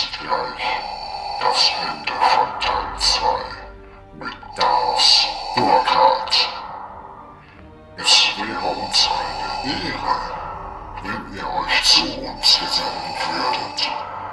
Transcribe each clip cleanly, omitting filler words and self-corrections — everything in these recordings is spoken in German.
Sie gleich das Ende von Teil 2 mit Darth Burkhardt. Es wäre uns eine Ehre, wenn ihr euch zu uns gesellen würdet.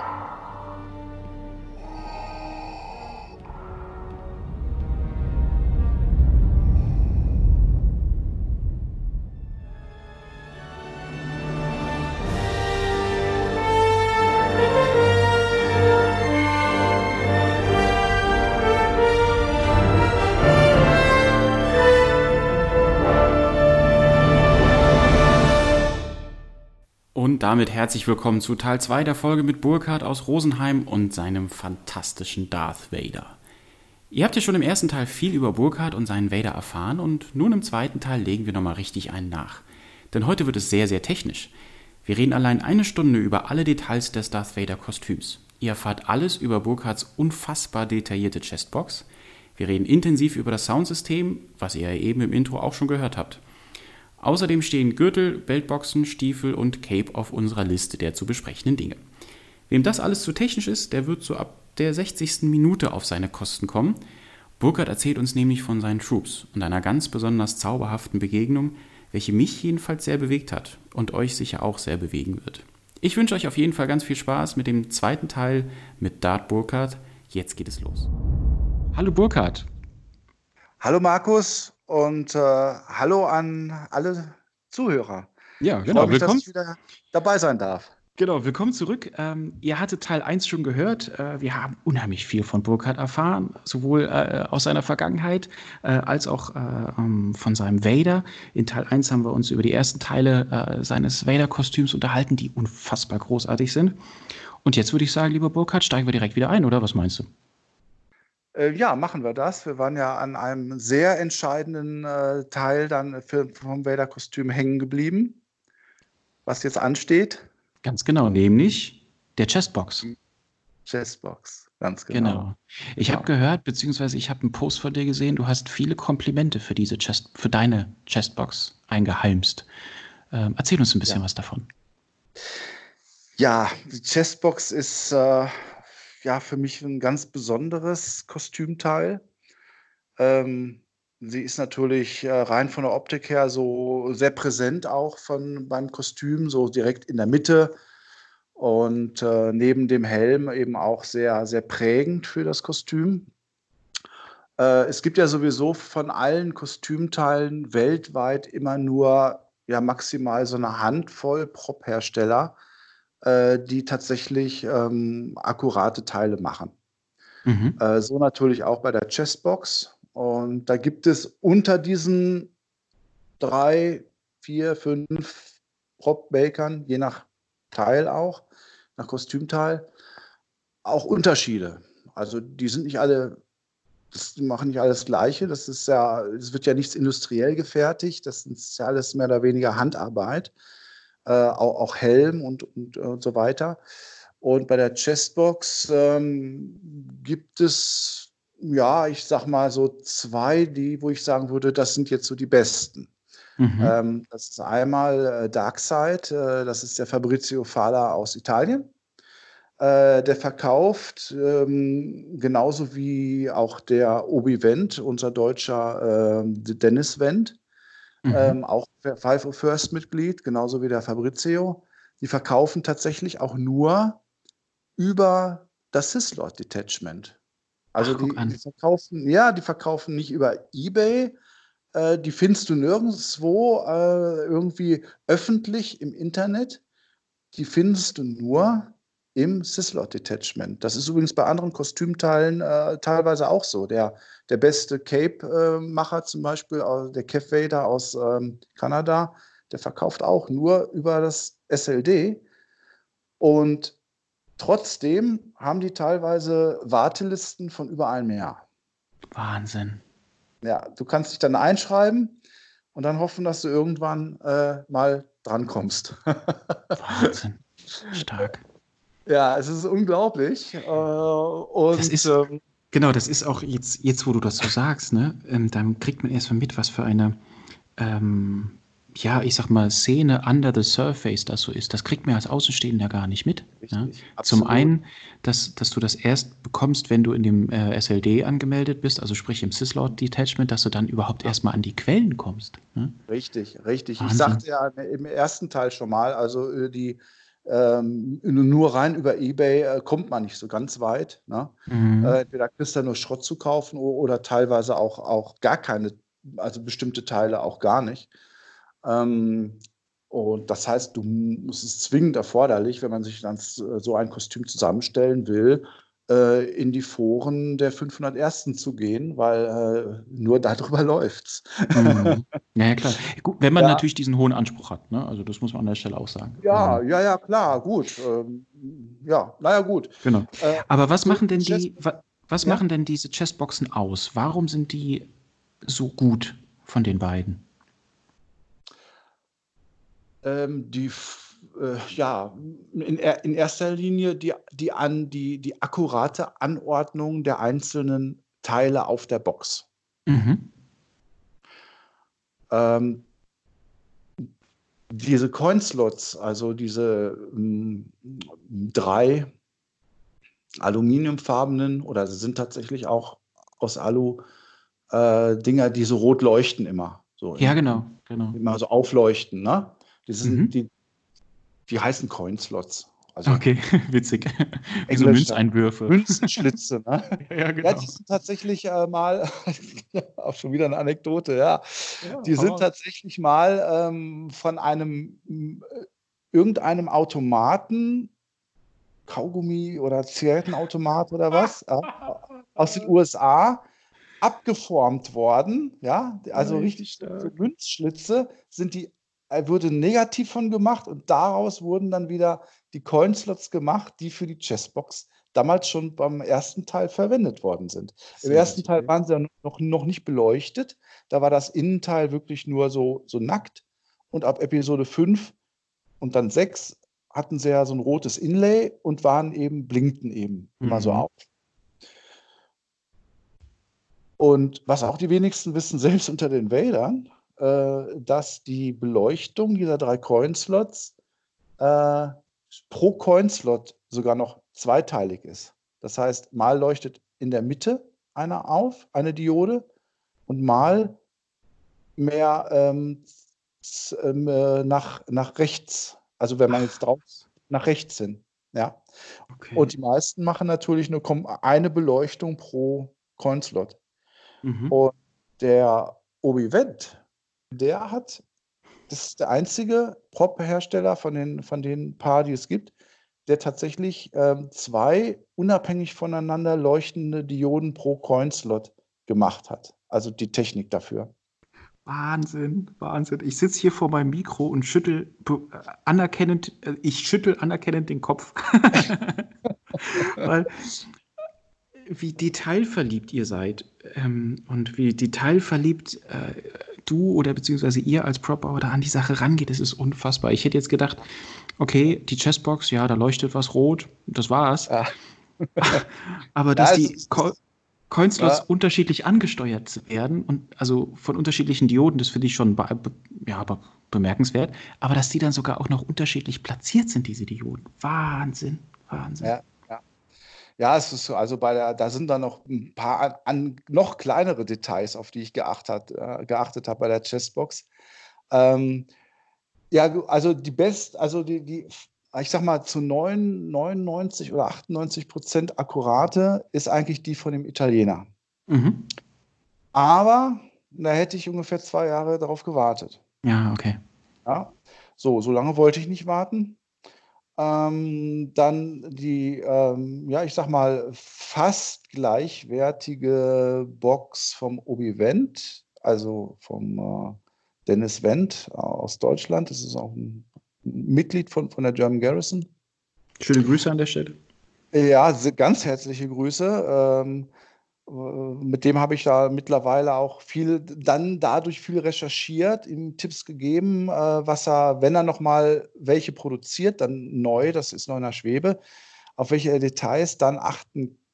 Und damit herzlich willkommen zu Teil 2 der Folge mit Burkhardt aus Rosenheim und seinem fantastischen Darth Vader. Ihr habt ja schon im ersten Teil viel über Burkhardt und seinen Vader erfahren und nun im zweiten Teil legen wir nochmal richtig einen nach. Denn heute wird es sehr, sehr technisch. Wir reden allein eine Stunde über alle Details des Darth Vader Kostüms. Ihr erfahrt alles über Burkhardts unfassbar detaillierte Chestbox. Wir reden intensiv über das Soundsystem, was ihr ja eben im Intro auch schon gehört habt. Außerdem stehen Gürtel, Beltboxen, Stiefel und Cape auf unserer Liste der zu besprechenden Dinge. Wem das alles zu technisch ist, der wird so ab der 60. Minute auf seine Kosten kommen. Burkhardt erzählt uns nämlich von seinen Troops und einer ganz besonders zauberhaften Begegnung, welche mich jedenfalls sehr bewegt hat und euch sicher auch sehr bewegen wird. Ich wünsche euch auf jeden Fall ganz viel Spaß mit dem zweiten Teil mit Darth Burkhardt. Jetzt geht es los. Hallo Burkhardt. Hallo Markus und hallo an alle Zuhörer. Ja, Ich genau. freue mich, dass Willkommen. ich wieder dabei sein darf. Genau, willkommen zurück. Ihr hattet Teil 1 schon gehört. Wir haben unheimlich viel von Burkhardt erfahren, sowohl aus seiner Vergangenheit als auch von seinem Vader. In Teil 1 haben wir uns über die ersten Teile seines Vader-Kostüms unterhalten, die unfassbar großartig sind. Und jetzt würde ich sagen, lieber Burkhardt, steigen wir direkt wieder ein, oder? Was meinst du? Ja, machen wir das. Wir waren ja an einem sehr entscheidenden Teil dann vom Vader-Kostüm hängen geblieben, was jetzt ansteht. Ganz genau, nämlich der Chestbox. Chestbox, ganz genau. Genau. Ich habe gehört, beziehungsweise ich habe einen Post von dir gesehen, du hast viele Komplimente für für deine Chestbox eingeheimst. Erzähl uns ein bisschen was davon. Ja, die Chestbox ist ja für mich ein ganz besonderes Kostümteil. Sie ist natürlich rein von der Optik her so sehr präsent auch beim Kostüm, so direkt in der Mitte und neben dem Helm eben auch sehr, sehr prägend für das Kostüm. Es gibt ja sowieso von allen Kostümteilen weltweit immer nur ja, maximal so eine Handvoll Prop-Hersteller, die tatsächlich akkurate Teile machen. Mhm. So natürlich auch bei der Chessbox. Und da gibt es unter diesen 3, 4, 5 Prop-Makern, je nach Teil auch, nach Kostümteil, auch Unterschiede. Also die sind nicht alle, die machen nicht alles Gleiche. Das wird ja nichts industriell gefertigt. Das ist ja alles mehr oder weniger Handarbeit. Auch Helm und so weiter. Und bei der Chestbox gibt es, ja, ich sag mal so 2, wo ich sagen würde, das sind jetzt so die besten. Mhm. Das ist einmal Darkseid, das ist der Fabrizio Fala aus Italien. Der verkauft genauso wie auch der Obi Wendt, unser deutscher Dennis Wendt. Auch Five First-Mitglied, genauso wie der Fabrizio. Die verkaufen tatsächlich auch nur über das Syslot-Detachment. Also Ach, guck an. die verkaufen nicht über eBay. Die findest du nirgendwo irgendwie öffentlich im Internet. Die findest du nur im Syslot-Detachment. Das ist übrigens bei anderen Kostümteilen teilweise auch so. Der beste Cape-Macher zum Beispiel, der Kev Vader aus Kanada, der verkauft auch nur über das SLD. Und trotzdem haben die teilweise Wartelisten von über einem Jahr. Wahnsinn. Ja, du kannst dich dann einschreiben und dann hoffen, dass du irgendwann mal drankommst. Wahnsinn. Stark. Ja, es ist unglaublich. Das ist, genau, das ist auch jetzt, wo du das so sagst, ne? Dann kriegt man erstmal mit, was für eine ja, ich sag mal, Szene under the surface das so ist. Das kriegt man als Außenstehender gar nicht mit. Ja? Richtig, Zum absolut. einen, dass du das erst bekommst, wenn du in dem SLD angemeldet bist, also sprich im Syslord Detachment, dass du dann überhaupt erstmal an die Quellen kommst. Ne? Richtig, richtig. Ich Wahnsinn. sagte ja im ersten Teil schon mal, also nur rein über eBay kommt man nicht so ganz weit. Ne? Mhm. Entweder kriegst du nur Schrott zu kaufen oder teilweise auch gar keine, also bestimmte Teile auch gar nicht. Ähm, und das heißt, es ist zwingend erforderlich, wenn man sich dann so ein Kostüm zusammenstellen will, in die Foren der 501. zu gehen, weil nur darüber läuft's. Mhm. Ja, ja, klar. Gut, wenn man Ja, natürlich diesen hohen Anspruch hat, ne? Also das muss man an der Stelle auch sagen. ja, klar, gut. Ja, naja, gut. Genau. Aber was Zurück machen zu denn Chess. was Ja? machen denn diese Chessboxen aus? Warum sind die so gut von den beiden? Ja, in erster Linie die akkurate Anordnung der einzelnen Teile auf der Box. Mhm. Ähm, diese Coin-Slots, also diese 3 aluminiumfarbenen, oder sie sind tatsächlich auch aus Alu, Dinger, die so rot leuchten immer. So Ja, genau, genau. immer so aufleuchten, ne? Mhm. Die heißen Coin-Slots. Also Okay, witzig. Wie so Englisch Münzeinwürfe. Münzenschlitze, ne? Ja, Ja, die genau. sind tatsächlich mal, auch schon wieder eine Anekdote, ja. Ja, Die hau sind raus. tatsächlich mal von irgendeinem Automaten, Kaugummi oder Zigarettenautomat oder was, aus den USA abgeformt worden, ja, also Nein, wie richtig so stark. Münzschlitze wurde negativ von gemacht und daraus wurden dann wieder die Coinslots gemacht, die für die Chessbox damals schon beim ersten Teil verwendet worden sind. Im ersten Teil Sensationell. waren sie ja noch nicht beleuchtet, da war das Innenteil wirklich nur so nackt und ab Episode 5 und dann 6 hatten sie ja so ein rotes Inlay und blinkten eben immer so Mhm. auf. Und was auch die wenigsten wissen, selbst unter den Wäldern, dass die Beleuchtung dieser 3 Coin-Slots äh, pro Coin-Slot sogar noch zweiteilig ist. Das heißt, mal leuchtet in der Mitte einer auf, eine Diode, und mal mehr nach rechts. Also wenn man jetzt Ach, drauf nach rechts hin. Ja. okay. Und die meisten machen natürlich nur eine Beleuchtung pro Coin-Slot. Mhm. Und der Obi-Wan, das ist der einzige Prop-Hersteller von den paar, die es gibt, der tatsächlich 2 unabhängig voneinander leuchtende Dioden pro Coin-Slot gemacht hat. Also die Technik dafür. Wahnsinn, Wahnsinn. Ich sitze hier vor meinem Mikro und schüttel anerkennend den Kopf. Weil wie detailverliebt ihr seid und wie detailverliebt du oder beziehungsweise ihr als Prop-Bauer da an die Sache rangeht, das ist unfassbar. Ich hätte jetzt gedacht, okay, die Chessbox, ja, da leuchtet was rot, das war's. Ja, Aber dass ja die Coinslots ja, unterschiedlich angesteuert werden und also von unterschiedlichen Dioden, das finde ich schon ja, aber bemerkenswert. Aber dass die dann sogar auch noch unterschiedlich platziert sind, diese Dioden. Wahnsinn, Wahnsinn. ja, ja. Ja, es ist so, also da sind dann noch ein paar noch kleinere Details, auf die ich geachtet habe bei der Chessbox. Ähm, Ja, also ich sag mal, zu 99 oder 98% akkurate ist eigentlich die von dem Italiener. Mhm. Aber da hätte ich ungefähr 2 Jahre darauf gewartet. Ja, okay. Ja? So lange wollte ich nicht warten. Dann ja, ich sag mal, fast gleichwertige Box vom Obi Wendt, also vom Dennis Wendt aus Deutschland. Das ist auch ein Mitglied von der German Garrison. Schöne Grüße an der Stelle. Ja, ganz herzliche Grüße. Mit dem habe ich da mittlerweile auch dadurch viel recherchiert, ihm Tipps gegeben, wenn er noch mal welche produziert, dann neu, das ist noch in der Schwebe, auf welche Details dann achten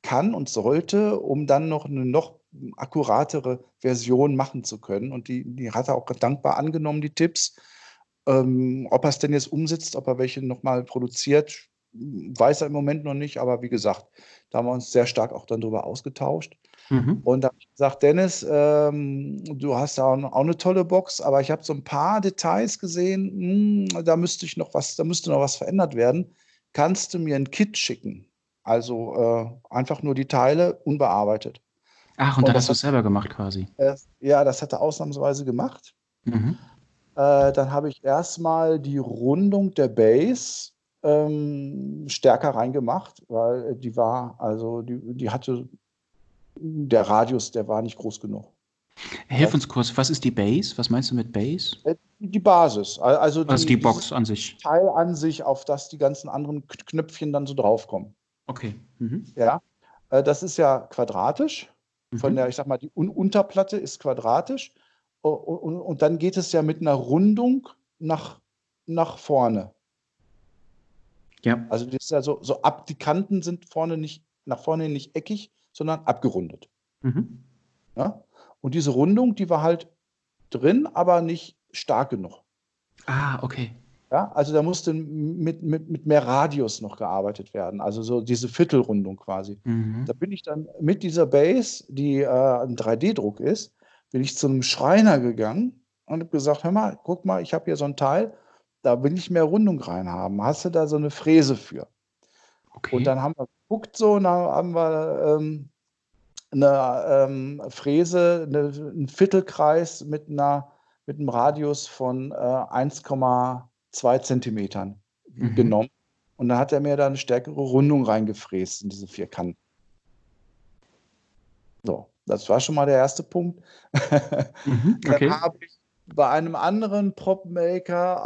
kann und sollte, um dann noch eine noch akkuratere Version machen zu können. Und die hat er auch dankbar angenommen, die Tipps. Ob er es denn jetzt umsetzt, ob er welche nochmal produziert, weiß er im Moment noch nicht. Aber wie gesagt, da haben wir uns sehr stark auch dann drüber ausgetauscht. Mhm. Und da habe ich gesagt, Dennis, du hast ja auch eine tolle Box, aber ich habe so ein paar Details gesehen, da müsste noch was verändert werden. Kannst du mir ein Kit schicken? Also einfach nur die Teile unbearbeitet. Ach, und Und dann hast du es selber gemacht quasi. ja, das hat er ausnahmsweise gemacht. Mhm. Dann habe ich erstmal die Rundung der Base stärker reingemacht, weil die hatte, der Radius, der war nicht groß genug. Hilf uns kurz, was ist die Base? Was meinst du mit Base? Die Basis, also Die Box an sich. Teil an sich, auf das die ganzen anderen Knöpfchen dann so draufkommen. Okay. Mhm. Ja, das ist ja quadratisch. Mhm. Ich sag mal, die Unterplatte ist quadratisch. Und dann geht es ja mit einer Rundung nach vorne. Ja. Also das ist ja die Kanten sind nach vorne nicht eckig, sondern abgerundet. Mhm. Ja? Und diese Rundung, die war halt drin, aber nicht stark genug. Ah, okay. Ja? Also da musste mit mehr Radius noch gearbeitet werden. Also so diese Viertelrundung quasi. Mhm. Da bin ich dann mit dieser Base, die ein 3D-Druck ist, bin ich zu einem Schreiner gegangen und habe gesagt, hör mal, guck mal, ich habe hier so ein Teil, da will ich mehr Rundung reinhaben. Hast du da so eine Fräse für? Okay. Und dann haben wir geguckt, und dann haben wir eine Fräse, einen Viertelkreis mit einem Radius von 1,2 Zentimetern genommen. Und dann hat er mir da eine stärkere Rundung reingefräst in diese 4 Kanten. So, das war schon mal der erste Punkt. Mhm. Okay. Dann habe ich bei einem anderen Prop-Maker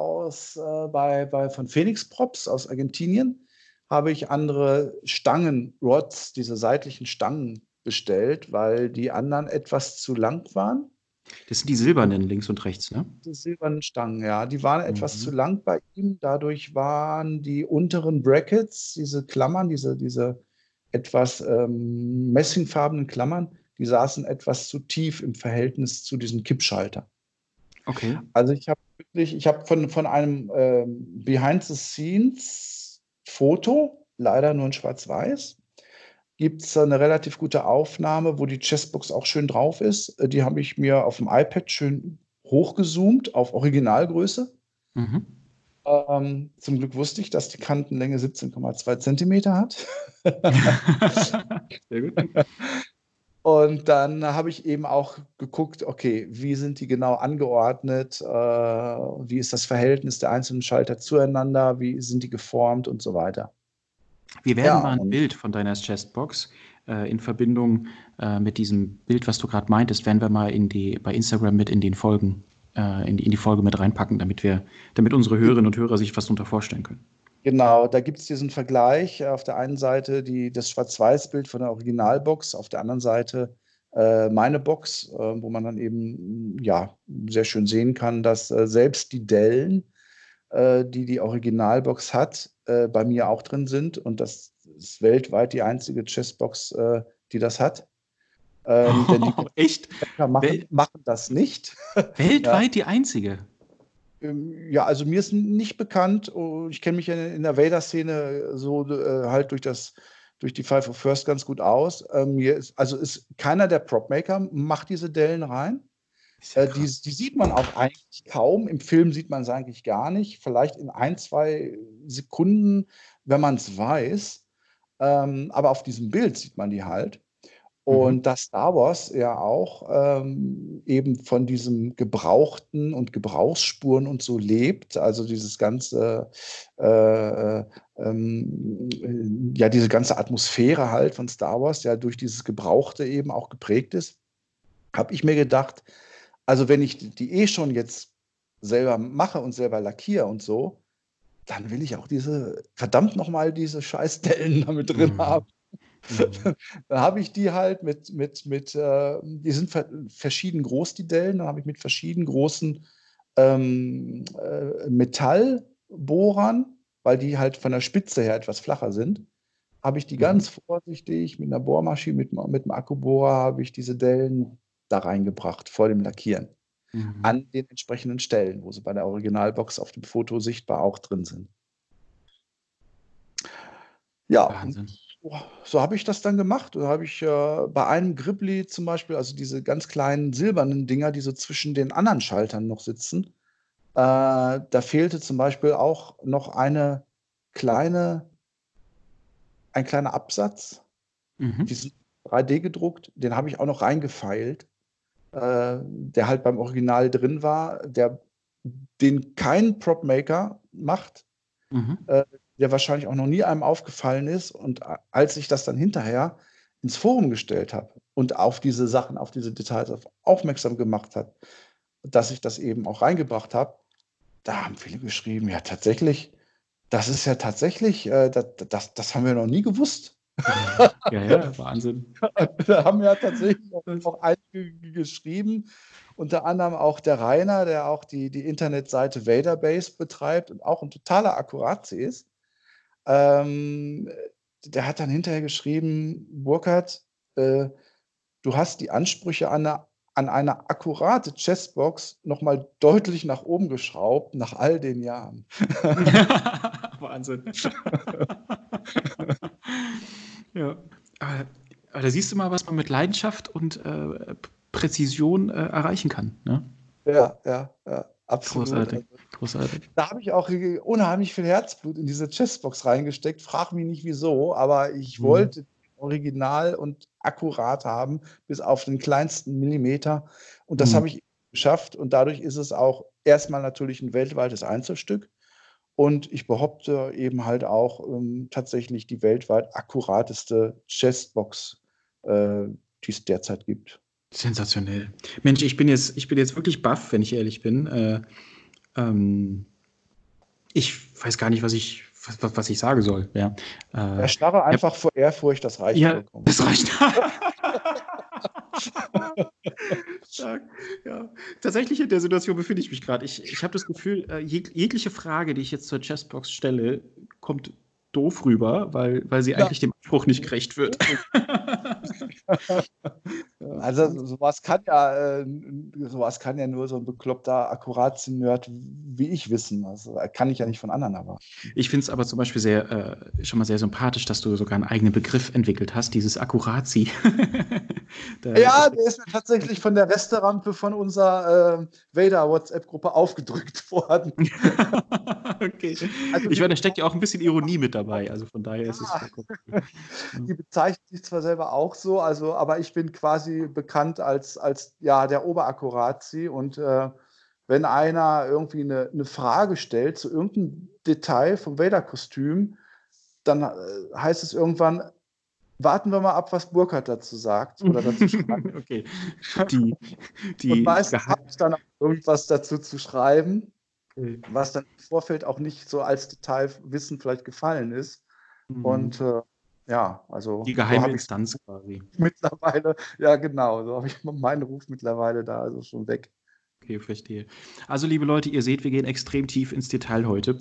von Phoenix Props aus Argentinien, habe ich andere Stangen, Rods, diese seitlichen Stangen bestellt, weil die anderen etwas zu lang waren. Das sind die silbernen links und rechts, ne? Die silbernen Stangen, ja, die waren etwas zu Mhm. lang bei ihm. Dadurch waren die unteren Brackets, diese Klammern, diese etwas messingfarbenen Klammern, die saßen etwas zu tief im Verhältnis zu diesem Kippschalter. Okay. Also ich habe von einem Behind-the-Scenes-Foto, leider nur in Schwarz-Weiß, gibt es eine relativ gute Aufnahme, wo die Chessbox auch schön drauf ist. Die habe ich mir auf dem iPad schön hochgezoomt auf Originalgröße. Mhm. Zum Glück wusste ich, dass die Kantenlänge 17,2 Zentimeter hat. Sehr gut. Und dann habe ich eben auch geguckt, okay, wie sind die genau angeordnet? Wie ist das Verhältnis der einzelnen Schalter zueinander? Wie sind die geformt und so weiter? Wir werden Ja, mal ein und Bild von deiner Chestbox in Verbindung mit diesem Bild, was du gerade meintest, werden wir mal bei Instagram mit in den Folgen, in die Folge mit reinpacken, damit unsere Hörerinnen und Hörer sich was darunter vorstellen können. genau, da gibt es diesen Vergleich. Auf der einen Seite das Schwarz-Weiß-Bild von der Originalbox, auf der anderen Seite meine Box, wo man dann eben ja sehr schön sehen kann, dass selbst die Dellen, die Originalbox hat, bei mir auch drin sind. Und das ist weltweit die einzige Chessbox, die das hat. Denn die Echt? Bäcker machen das nicht. Ja. Weltweit die einzige? Ja, also mir ist nicht bekannt, ich kenne mich in der Vader-Szene so halt durch die Five of First ganz gut aus. Ist keiner der Prop-Maker macht diese Dellen rein. Ist ja Die krass. sieht man auch eigentlich kaum. Im Film sieht man es eigentlich gar nicht. Vielleicht in 1, 2 Sekunden, wenn man es weiß. Aber auf diesem Bild sieht man die halt. Mhm. Und dass Star Wars ja auch eben von diesem Gebrauchten und Gebrauchsspuren und so lebt, also dieses ganze, ja, diese ganze Atmosphäre halt von Star Wars ja durch dieses Gebrauchte eben auch geprägt ist, habe ich mir gedacht, also wenn ich die schon jetzt selber mache und selber lackiere und so, dann will ich auch verdammt nochmal diese Scheißdellen damit drin haben. Mhm. Dann habe ich die halt die sind verschieden groß, die Dellen, dann habe ich mit verschieden großen Metallbohrern, weil die halt von der Spitze her etwas flacher sind, habe ich die ganz vorsichtig mit einer Bohrmaschine, mit dem Akkubohrer, habe ich diese Dellen da reingebracht vor dem Lackieren. An den entsprechenden Stellen, wo sie bei der Originalbox auf dem Foto sichtbar auch drin sind. Ja, Wahnsinn. so habe ich das dann gemacht. Da habe ich bei einem Gribbly zum Beispiel, also diese ganz kleinen silbernen Dinger, die so zwischen den anderen Schaltern noch sitzen, da fehlte zum Beispiel auch noch ein kleiner Absatz. Die sind 3D gedruckt, den habe ich auch noch reingefeilt, der halt beim Original drin war, den kein Prop-Maker macht, der wahrscheinlich auch noch nie einem aufgefallen ist. Und als ich das dann hinterher ins Forum gestellt habe und auf diese Sachen, auf diese Details aufmerksam gemacht habe, dass ich das eben auch reingebracht habe, da haben viele geschrieben, ja tatsächlich, das ist ja tatsächlich, das haben wir noch nie gewusst. Ja, Wahnsinn. Da haben ja tatsächlich auch einige geschrieben, unter anderem auch der Rainer, der auch die Internetseite Vaderbase betreibt und auch ein totaler Akkurazi ist. Der hat dann hinterher geschrieben, Burkhard, du hast die Ansprüche an eine akkurate Chessbox nochmal deutlich nach oben geschraubt, nach all den Jahren. Wahnsinn. Ja. Aber da siehst du mal, was man mit Leidenschaft und Präzision erreichen kann. Ne? Ja, absolut. Großartig. Da habe ich auch unheimlich viel Herzblut in diese Chessbox reingesteckt. Frag mich nicht wieso, aber ich wollte original und akkurat haben, bis auf den kleinsten Millimeter. Und das habe ich geschafft. Und dadurch ist es auch erstmal natürlich ein weltweites Einzelstück. Und ich behaupte eben halt auch tatsächlich die weltweit akkurateste Chessbox, die es derzeit gibt. Sensationell. Mensch, ich bin jetzt wirklich baff, wenn ich ehrlich bin. Ich weiß gar nicht, was ich sagen soll. Ja. Erstarre einfach vor Ehrfurcht, das reicht vollkommen. Das reicht. Ja. Tatsächlich in der Situation befinde ich mich gerade. Ich habe das Gefühl, jegliche Frage, die ich jetzt zur Chessbox stelle, kommt doof rüber, weil sie eigentlich dem Anspruch nicht gerecht wird. Also sowas kann ja nur so ein bekloppter Akkuratien-Nerd wie ich wissen. Also kann ich ja nicht von anderen erwarten. Ich finde es aber zum Beispiel schon mal sehr sympathisch, dass du sogar einen eigenen Begriff entwickelt hast, dieses Akkurazi. Der ist mir tatsächlich von der Resterampe von unserer Vader-WhatsApp-Gruppe aufgedrückt worden. Okay. Also ich meine, da steckt ja auch ein bisschen Ironie mit dabei, also von daher ist es vollkommen. Die bezeichnet sich zwar selber auch so, aber ich bin quasi bekannt als der Oberakkurazi und wenn einer irgendwie eine Frage stellt zu irgendeinem Detail vom Vader-Kostüm, dann heißt es irgendwann, warten wir mal ab, was Burkhard dazu sagt oder dazu schreibt. Okay. Und meistens habe ich dann auch irgendwas dazu zu schreiben, was dann im Vorfeld auch nicht so als Detailwissen vielleicht gefallen ist. Und also die geheime Instanz quasi. Mittlerweile, ja genau, so habe ich meinen Ruf mittlerweile da also schon weg. Okay, verstehe. Also, liebe Leute, ihr seht, wir gehen extrem tief ins Detail heute.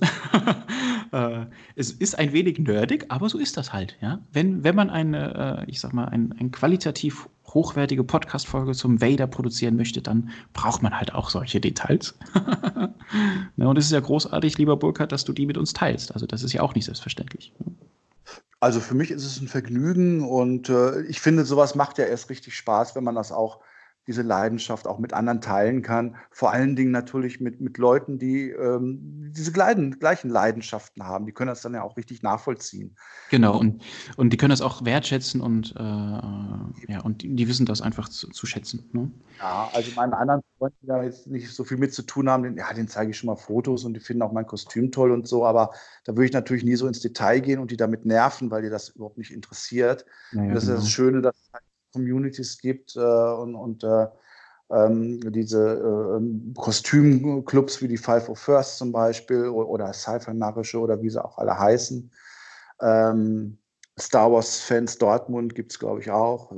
Es ist ein wenig nerdig, aber so ist das halt, ja. Wenn man eine qualitativ hochwertige Podcast-Folge zum Vader produzieren möchte, dann braucht man halt auch solche Details. Und es ist ja großartig, lieber Burkhard, dass du die mit uns teilst. Also, das ist ja auch nicht selbstverständlich. Also für mich ist es ein Vergnügen und ich finde, sowas macht ja erst richtig Spaß, wenn man diese Leidenschaft auch mit anderen teilen kann. Vor allen Dingen natürlich mit Leuten, die diese gleichen Leidenschaften haben. Die können das dann ja auch richtig nachvollziehen. Genau, und die können das auch wertschätzen und die wissen das einfach zu schätzen. Ne? Ja, also meinen anderen Freunden, die da jetzt nicht so viel mit zu tun haben, denen zeige ich schon mal Fotos und die finden auch mein Kostüm toll und so, aber da würde ich natürlich nie so ins Detail gehen und die damit nerven, weil die das überhaupt nicht interessiert. Ja, und das ist das Schöne, dass es halt Communities gibt und diese Kostümclubs wie die Five of First zum Beispiel oder Cypher-Narrische oder wie sie auch alle heißen. Star Wars-Fans Dortmund gibt es, glaube ich, auch.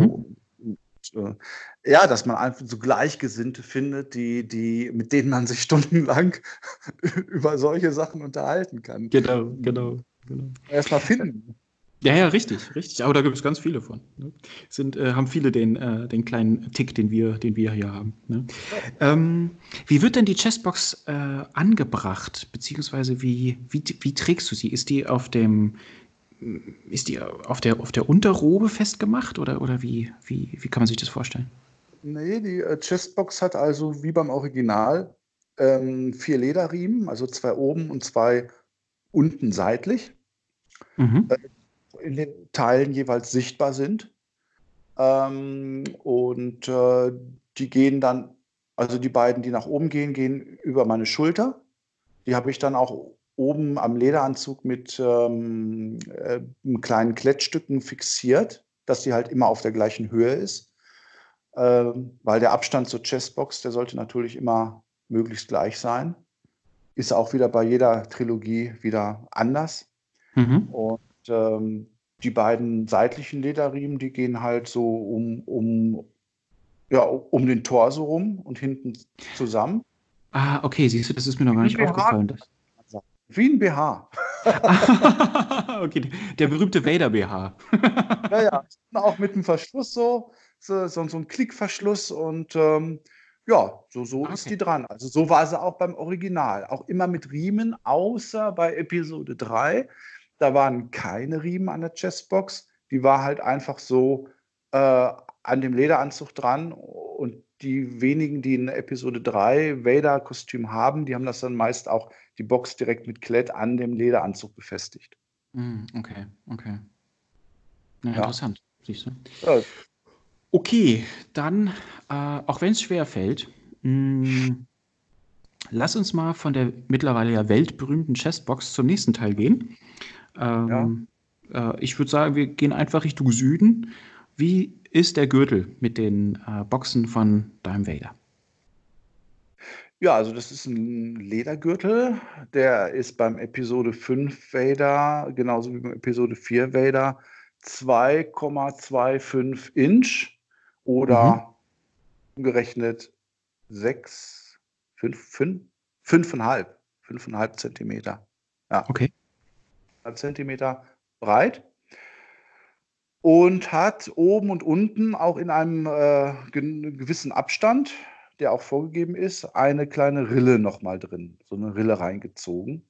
Dass man einfach so Gleichgesinnte findet, mit denen man sich stundenlang über solche Sachen unterhalten kann. Genau. Erstmal finden. Ja, ja, richtig, richtig. Aber da gibt es ganz viele von. Ne? Haben viele den kleinen Tick, den wir hier haben. Ne? Ja. Wie wird denn die Chessbox angebracht? Beziehungsweise wie trägst du sie? Ist die auf der Unterrobe festgemacht oder wie kann man sich das vorstellen? Nee, die Chestbox hat also wie beim Original 4 Lederriemen, also 2 oben und 2 unten seitlich, Mhm. in den Teilen jeweils sichtbar sind. Und die gehen dann, also die beiden, die nach oben gehen, gehen über meine Schulter. Die habe ich dann auch oben am Lederanzug mit kleinen Klettstücken fixiert, dass die halt immer auf der gleichen Höhe ist. Weil der Abstand zur Chessbox, der sollte natürlich immer möglichst gleich sein. Ist auch wieder bei jeder Trilogie wieder anders. Mhm. Und die beiden seitlichen Lederriemen, die gehen halt so ja, um den Torso rum und hinten zusammen. Ah, okay, siehst du, das ist mir noch Wie gar ein nicht BH. aufgefallen. Wie ein BH. Okay, der berühmte Vader BH. Ja, ja. Auch mit einem Verschluss so ein Klickverschluss und ja, so ist Okay. die dran. Also so war sie auch beim Original. Auch immer mit Riemen, außer bei Episode 3. Da waren keine Riemen an der Chessbox. Die war halt einfach so an dem Lederanzug dran. Und die wenigen, die in Episode 3 Vader-Kostüm haben, die haben das dann meist auch die Box direkt mit Klett an dem Lederanzug befestigt. Okay, okay. Ja, Ja. interessant, siehst du. Ja, Okay, dann, auch wenn es schwer fällt, mh, lass uns mal von der mittlerweile ja weltberühmten Chessbox zum nächsten Teil gehen. ja. Ähm, ich würde sagen, wir gehen einfach Richtung Süden. Wie ist der Gürtel mit den Boxen von Darth Vader? Ja, also das ist ein Ledergürtel. Der ist beim Episode 5 Vader, genauso wie beim Episode 4 Vader, 2,25 Inch Mhm. oder umgerechnet 6, 5,5 Zentimeter. Ja, Okay. Zentimeter breit und hat oben und unten auch in einem gewissen Abstand, der auch vorgegeben ist, eine kleine Rille nochmal drin, so eine Rille reingezogen.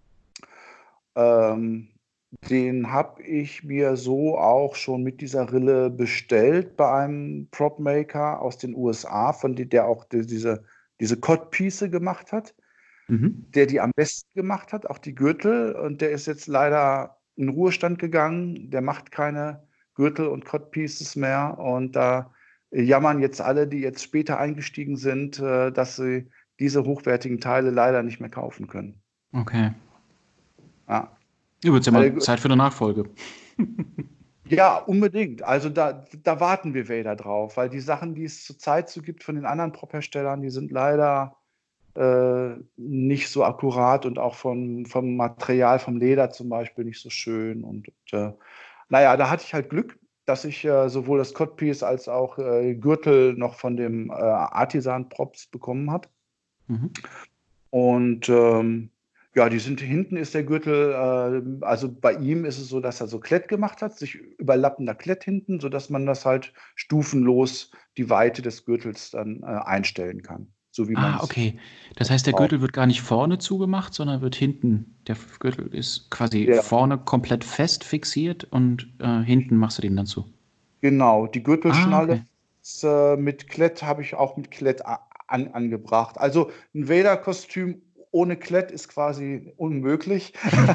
Ähm, Den habe ich mir so auch schon mit dieser Rille bestellt bei einem Prop-Maker aus den USA, der auch diese Codpiece gemacht hat, Mhm. der die am besten gemacht hat, auch die Gürtel. Und der ist jetzt leider in Ruhestand gegangen. Der macht keine Gürtel und Codpieces mehr. Und da jammern jetzt alle, die jetzt später eingestiegen sind, dass sie diese hochwertigen Teile leider nicht mehr kaufen können. Okay. Ja. Ja, wird ja mal Alle, Zeit für eine Nachfolge. Ja, unbedingt. Also da warten wir Vader drauf, weil die Sachen, die es zurzeit so gibt von den anderen Prop-Herstellern, die sind leider nicht so akkurat und auch vom Material, vom Leder zum Beispiel nicht so schön. Und naja, da hatte ich halt Glück, dass ich sowohl das Codpiece als auch Gürtel noch von dem Artisan Props bekommen habe. Mhm. Und ja, hinten ist der Gürtel, also bei ihm ist es so, dass er so Klett gemacht hat, sich überlappender Klett hinten, sodass man das halt stufenlos die Weite des Gürtels dann einstellen kann, so wie man Ah, es okay. Das heißt, der braucht. Gürtel wird gar nicht vorne zugemacht, sondern wird hinten. Der Gürtel ist quasi Ja, vorne komplett fest fixiert und hinten machst du den dann zu. genau. Die Ah, Gürtelschnalle okay. ist, mit Klett habe ich auch mit Klett angebracht. Also ein Vader-Kostüm ohne Klett ist quasi unmöglich.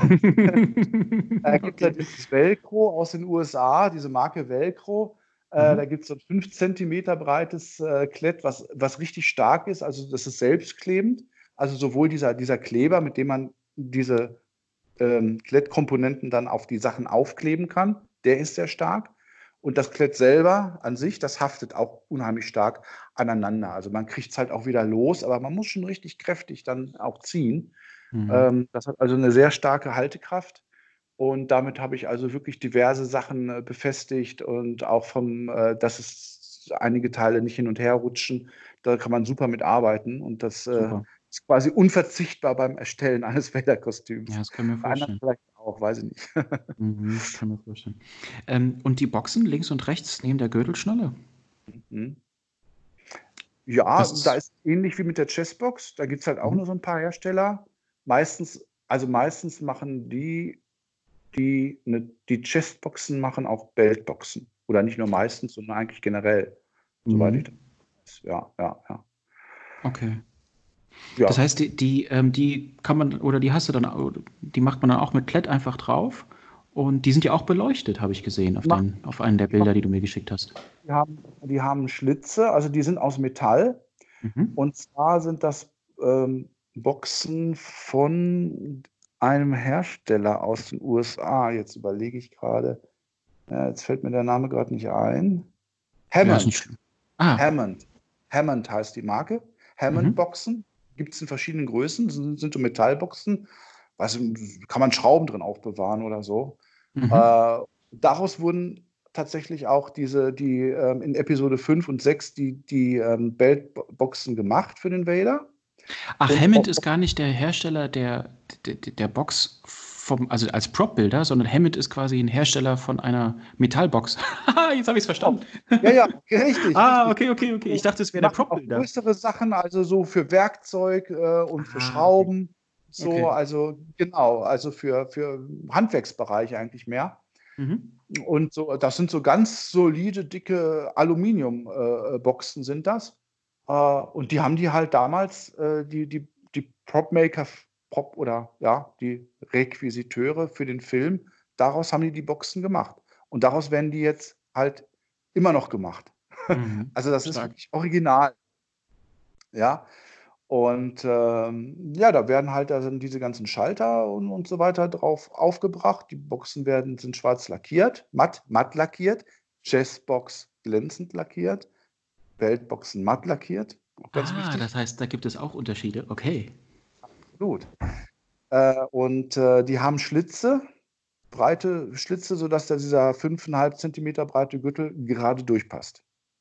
Da gibt es ja Okay. dieses Velcro aus den USA, diese Marke Velcro. Da Mhm. gibt es so ein 5 Zentimeter breites Klett, was richtig stark ist. Also das ist selbstklebend. Also sowohl dieser Kleber, mit dem man diese Klettkomponenten dann auf die Sachen aufkleben kann, der ist sehr stark. Und das Klett selber an sich, das haftet auch unheimlich stark aneinander. Also man kriegt es halt auch wieder los, aber man muss schon richtig kräftig dann auch ziehen. Mhm. Das hat also eine sehr starke Haltekraft. Und damit habe ich also wirklich diverse Sachen befestigt und auch dass es einige Teile nicht hin und her rutschen. Da kann man super mit arbeiten und das Super. ist quasi unverzichtbar beim Erstellen eines Vader-Kostüms. Ja, das können wir Bei anderen vorstellen. vielleicht auch, weiß ich nicht. Kann mir vorstellen. Und die Boxen links und rechts neben der Gürtelschnalle? Mhm. Ja, da Das, ist ähnlich wie mit der Chessbox. Da gibt es halt auch mhm. nur so ein paar Hersteller. Meistens machen die Chessboxen machen auch Beltboxen. Oder nicht nur meistens, sondern eigentlich generell, soweit ich das Mhm. weiß. Ja, ja, ja. Okay. Das Ja, heißt, die kann man, oder die hast du dann, die macht man dann auch mit LED einfach drauf. Und die sind ja auch beleuchtet, habe ich gesehen, die machen, auf einen der die machen, Bilder, die du mir geschickt hast. die haben Schlitze, also die sind aus Metall. Mhm. Und zwar sind das Boxen von einem Hersteller aus den USA. Jetzt überlege ich gerade. Ja, jetzt fällt mir der Name gerade nicht ein. Ja, ist nicht Hammond. schlimm. Ah, Hammond. Hammond heißt die Marke. mhm. Hammond-Boxen gibt es in verschiedenen Größen. Sind so Metallboxen. Also kann man Schrauben drin aufbewahren oder so. Mhm. Äh, Daraus wurden tatsächlich auch die in Episode 5 und 6 die Beltboxen gemacht für den Vader. Ach, Und Hammond ist gar nicht der Hersteller der Box also als Prop-Bilder, sondern Hammond ist quasi ein Hersteller von einer Metallbox. Jetzt habe ich es verstanden. ja, ja, richtig, Ah, richtig. okay, okay, okay. Ich So, dachte, es die wäre der machen auch Prop-Bilder. größere Sachen, also so für Werkzeug und für Ah, okay. Schrauben. So, Okay. also genau, also für Handwerksbereich eigentlich mehr. Mhm. Und so, das sind so ganz solide, dicke Aluminium-Boxen sind das. Und die haben die halt damals, die Prop-Maker, Prop oder ja, die Requisiteure für den Film, daraus haben die Boxen gemacht. Und daraus werden die jetzt halt immer noch gemacht. Mhm. Also das ist Stark. wirklich original, ja. Und ja, da werden halt da sind diese ganzen Schalter und so weiter drauf aufgebracht. Die Boxen sind schwarz lackiert, matt lackiert, Chessbox glänzend lackiert, Beltboxen matt lackiert, auch ganz Ah, wichtig. das heißt, da gibt es auch Unterschiede. Okay. Gut. Und die haben Schlitze, breite Schlitze, sodass da dieser 5,5 Zentimeter breite Gürtel gerade durchpasst.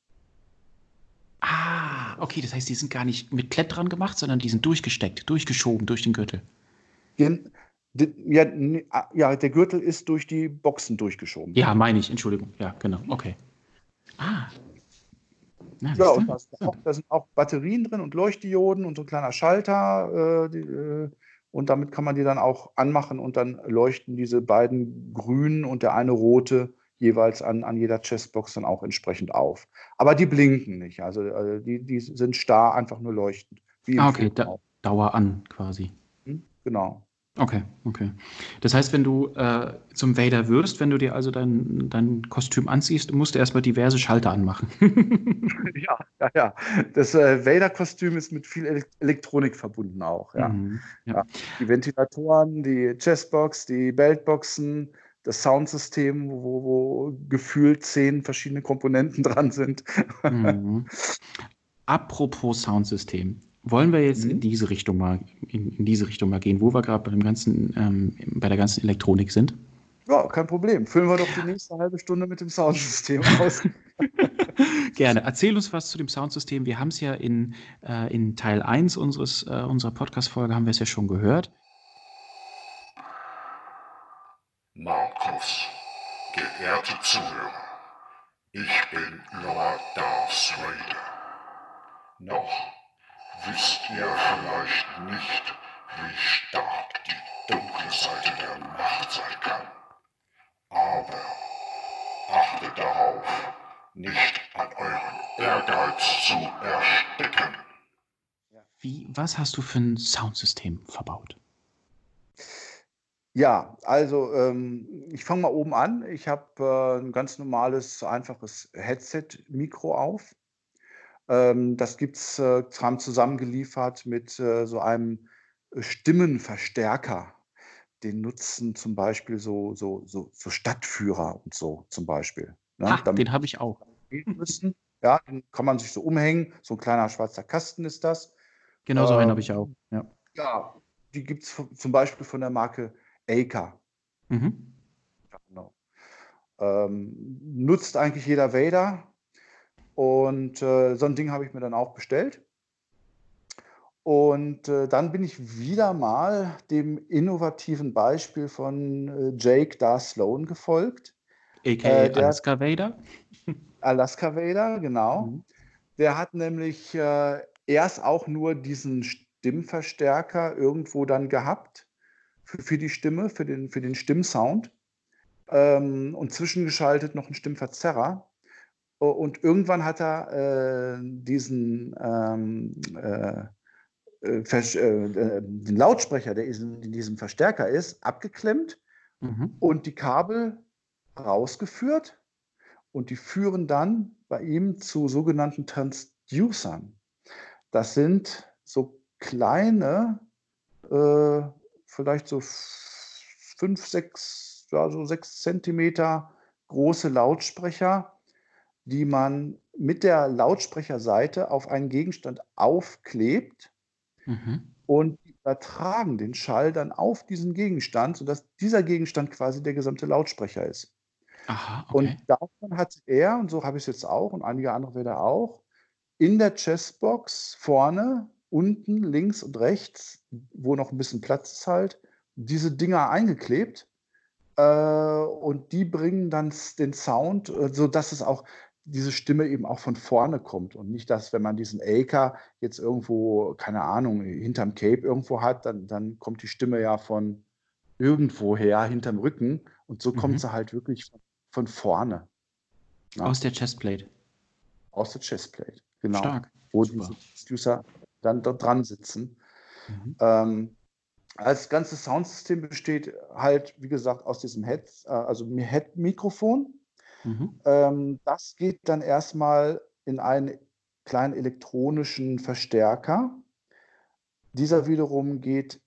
Ah, okay, das heißt, die sind gar nicht mit Klett dran gemacht, sondern die sind durchgesteckt, durchgeschoben durch den Gürtel. Gen- Ja, ja, der Gürtel ist durch die Boxen durchgeschoben. Ja, meine ich, Entschuldigung. Ja, genau. Okay. Ah, na, Ja, siehst du? und Interessant. da sind auch Batterien drin und Leuchtdioden und so ein kleiner Schalter. Und damit kann man die dann auch anmachen und dann leuchten diese beiden grünen und der eine rote jeweils an jeder Chessbox dann auch entsprechend auf. Aber die blinken nicht. Also die sind starr, einfach nur leuchtend. Wie im Ah, okay, Film auch. Dauer an quasi. Genau. Okay, okay. Das heißt, wenn du zum Vader wirst, wenn du dir also dein Kostüm anziehst, musst du erstmal diverse Schalter anmachen. Ja, ja, ja. Das Vader-Kostüm ist mit viel Elektronik verbunden auch, ja. Mhm, ja. Ja. Die Ventilatoren, die Chessbox, die Beltboxen, das Soundsystem, wo gefühlt 10 verschiedene Komponenten dran sind. Mhm. Apropos Soundsystem. Wollen wir jetzt Mhm. in diese Richtung mal gehen, wo wir gerade bei der ganzen Elektronik sind? Ja, kein Problem. Füllen wir doch die nächste halbe Stunde mit dem Soundsystem aus. Gerne. Erzähl uns was zu dem Soundsystem. Wir haben es ja in Teil 1 unserer Podcast-Folge haben wir es ja schon gehört. Markus, geehrte Zuhörer, ich bin Lord Darth Vader. Noch wisst ihr vielleicht nicht, wie stark die dunkle Seite der Macht sein kann. Aber achtet darauf, nicht an euren Ehrgeiz zu ersticken. Was hast du für ein Soundsystem verbaut? Ja, also ich fange mal oben an. Ich habe ein ganz normales, einfaches Headset-Mikro auf. Das gibt's haben zusammengeliefert mit so einem Stimmenverstärker. Den nutzen zum Beispiel so Stadtführer und so zum Beispiel, ne? Ha, Damit den habe ich auch. gehen müssen. Ja, den kann man sich so umhängen. So ein kleiner schwarzer Kasten ist das. Genau so einen habe ich auch. Ähm, Ja. ja, die gibt's zum Beispiel von der Marke Aker. Mhm. Ja, genau. Nutzt eigentlich jeder Vader. Und so ein Ding habe ich mir dann auch bestellt. Und dann bin ich wieder mal dem innovativen Beispiel von Jake Dar Sloan gefolgt. A.k.a. Der Alaska Vader. Alaska Vader, genau. Mhm. Der hat nämlich erst auch nur diesen Stimmverstärker irgendwo dann gehabt für die Stimme, für den Stimmsound. Und zwischengeschaltet noch einen Stimmverzerrer. Und irgendwann hat er diesen den Lautsprecher, der in diesem Verstärker ist, abgeklemmt Mhm. und die Kabel rausgeführt. Und die führen dann bei ihm zu sogenannten Transducern. Das sind so kleine, äh, vielleicht so 5, 6, ja, so 6 Zentimeter große Lautsprecher, die man mit der Lautsprecherseite auf einen Gegenstand aufklebt Mhm. und die übertragen den Schall dann auf diesen Gegenstand, sodass dieser Gegenstand quasi der gesamte Lautsprecher ist. Aha, Und okay. davon hat er, und so habe ich es jetzt auch und einige andere wieder auch, in der Chessbox vorne, unten, links und rechts, wo noch ein bisschen Platz ist halt, diese Dinger eingeklebt. Und die bringen dann den Sound, sodass es auch diese Stimme eben auch von vorne kommt und nicht, dass, wenn man diesen Acre jetzt irgendwo, keine Ahnung, hinterm Cape irgendwo hat, dann kommt die Stimme ja von irgendwo her, hinterm Rücken und so kommt Mhm. sie halt wirklich von vorne, ne? Aus der Chestplate. Aus der Chestplate, genau, Stark. wo Super. diese Producer dann da dran sitzen. Mhm. Das ganze Soundsystem besteht halt, wie gesagt, aus diesem Head-Mikrofon. Mhm. Das geht dann erstmal in einen kleinen elektronischen Verstärker. Dieser wiederum geht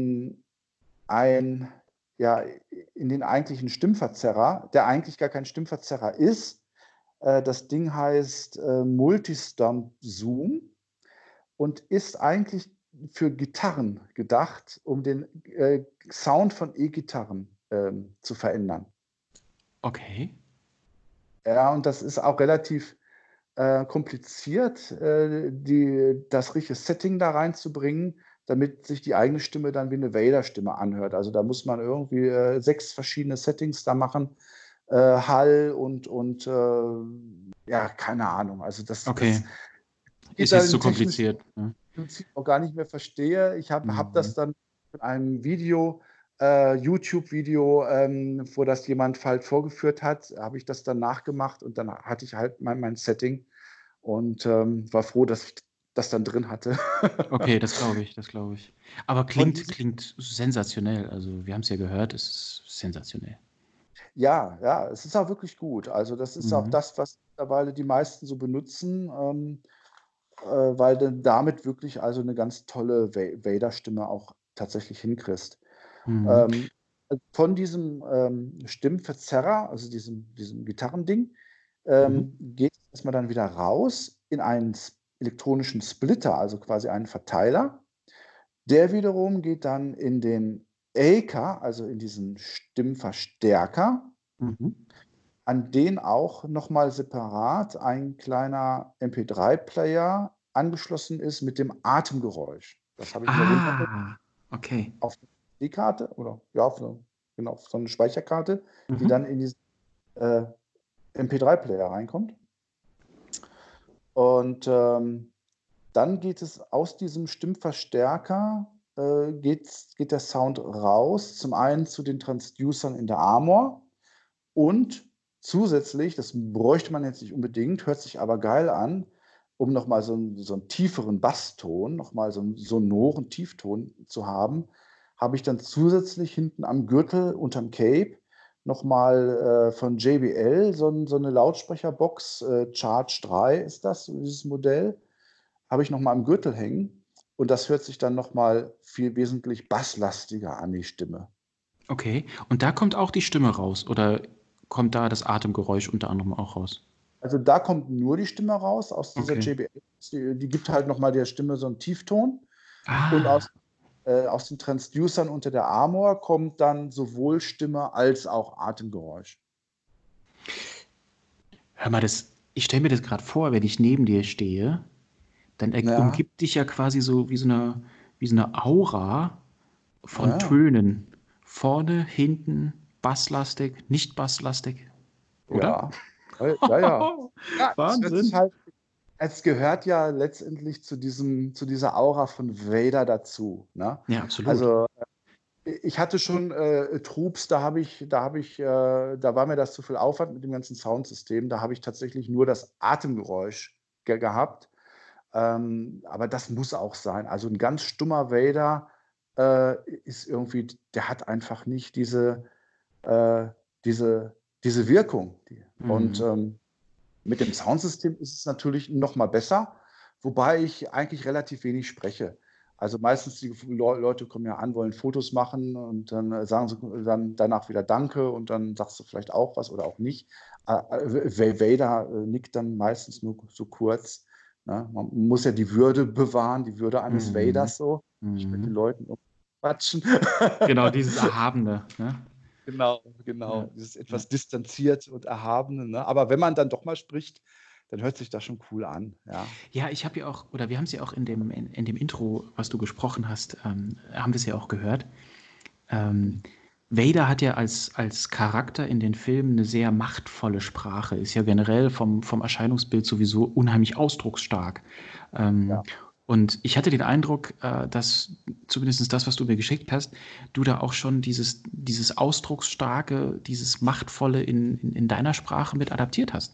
ein, ja, in den eigentlichen Stimmverzerrer, der eigentlich gar kein Stimmverzerrer ist. Das Ding heißt Multistomp Zoom und ist eigentlich für Gitarren gedacht, um den Sound von E-Gitarren zu verändern. Okay. Ja, und das ist auch relativ kompliziert, das richtige Setting da reinzubringen, damit sich die eigene Stimme dann wie eine Vader-Stimme anhört. Also da muss man irgendwie 6 verschiedene Settings da machen, Hall und ja, keine Ahnung. Also das Okay. geht Ist da jetzt zu in technischen kompliziert. Ne? Prinzip auch gar nicht mehr verstehe. Ich hab das Mhm. dann in einem Video, YouTube-Video, wo das jemand halt vorgeführt hat, habe ich das dann nachgemacht und dann hatte ich halt mein Setting und war froh, dass ich das dann drin hatte. Okay, das glaube ich, das glaube ich. Aber Von klingt, diesem, klingt sensationell. Also wir haben es ja gehört, es ist sensationell. ja, ja, es ist auch wirklich gut. Also das ist auch Mhm. das, was mittlerweile die meisten so benutzen, weil du damit wirklich also eine ganz tolle Vader-Stimme auch tatsächlich hinkriegst. Mhm. Ähm, von diesem Stimmverzerrer, also diesem Gitarrending, Mhm. geht es erstmal dann wieder raus in einen elektronischen Splitter, also quasi einen Verteiler. Der wiederum geht dann in den Acre, also in diesen Stimmverstärker, Mhm. an den auch nochmal separat ein kleiner MP3-Player angeschlossen ist mit dem Atemgeräusch. Das habe ich mir runtergeladen Ah, okay. auf eine SD-Karte oder ja, genau, auf so eine Speicherkarte, die Mhm. dann in diesen äh, MP3-Player reinkommt. Und dann geht es aus diesem Stimmverstärker, geht der Sound raus, zum einen zu den Transducern in der Armor und zusätzlich, das bräuchte man jetzt nicht unbedingt, hört sich aber geil an, um nochmal so einen tieferen Basston, nochmal so einen sonoren Tiefton zu haben, habe ich dann zusätzlich hinten am Gürtel unterm Cape nochmal von JBL so eine Lautsprecherbox, Charge 3 ist das, so dieses Modell, habe ich nochmal am Gürtel hängen und das hört sich dann nochmal viel wesentlich basslastiger an, die Stimme. Okay. Und da kommt auch die Stimme raus oder kommt da das Atemgeräusch unter anderem auch raus? Also da kommt nur die Stimme raus aus dieser Okay. JBL. Die gibt halt nochmal der Stimme so einen Tiefton. Und Ah, aus den Transducern unter der Armor kommt dann sowohl Stimme als auch Atemgeräusch. hör mal, ich stelle mir das gerade vor, wenn ich neben dir stehe, Dann Ja, umgibt dich ja quasi so wie so eine Aura von ja, Tönen. Vorne, hinten, basslastig, nicht basslastig, oder? ja. Ja, ja. Ja, es hört sich Wahnsinn. halt, es gehört ja letztendlich zu dieser Aura von Vader dazu. Ne? Ja, absolut. Also ich hatte schon Troops, da war mir das zu viel Aufwand mit dem ganzen Soundsystem. Da habe ich tatsächlich nur das Atemgeräusch gehabt. Aber das muss auch sein. Also ein ganz stummer Vader ist irgendwie, der hat einfach nicht äh, diese, diese Wirkung. Und Mhm. mit dem Soundsystem ist es natürlich noch mal besser, wobei ich eigentlich relativ wenig spreche. Also meistens die Leute kommen ja an, wollen Fotos machen und dann sagen sie dann danach wieder Danke und dann sagst du vielleicht auch was oder auch nicht. Vader nickt dann meistens nur so kurz. Ne? Man muss ja die Würde bewahren, die Würde eines Mhm. Vaders so. Nicht mit den Mhm. Leuten quatschen. Genau, dieses Erhabene. Ne? Genau, Ja, genau. Dieses ja. etwas distanziert und Erhabene. Ne? Aber wenn man dann doch mal spricht, dann hört sich das schon cool an. Ja, Ja, ich habe ja auch, oder wir haben es ja auch in dem Intro, was du gesprochen hast, haben wir es ja auch gehört. Ähm, Vader hat ja als Charakter in den Filmen eine sehr machtvolle Sprache, ist ja generell vom Erscheinungsbild sowieso unheimlich ausdrucksstark. Ähm, ja. und ich hatte den Eindruck, dass zumindest das, was du mir geschickt hast, du da auch schon dieses Ausdrucksstarke, dieses Machtvolle in deiner Sprache mit adaptiert hast.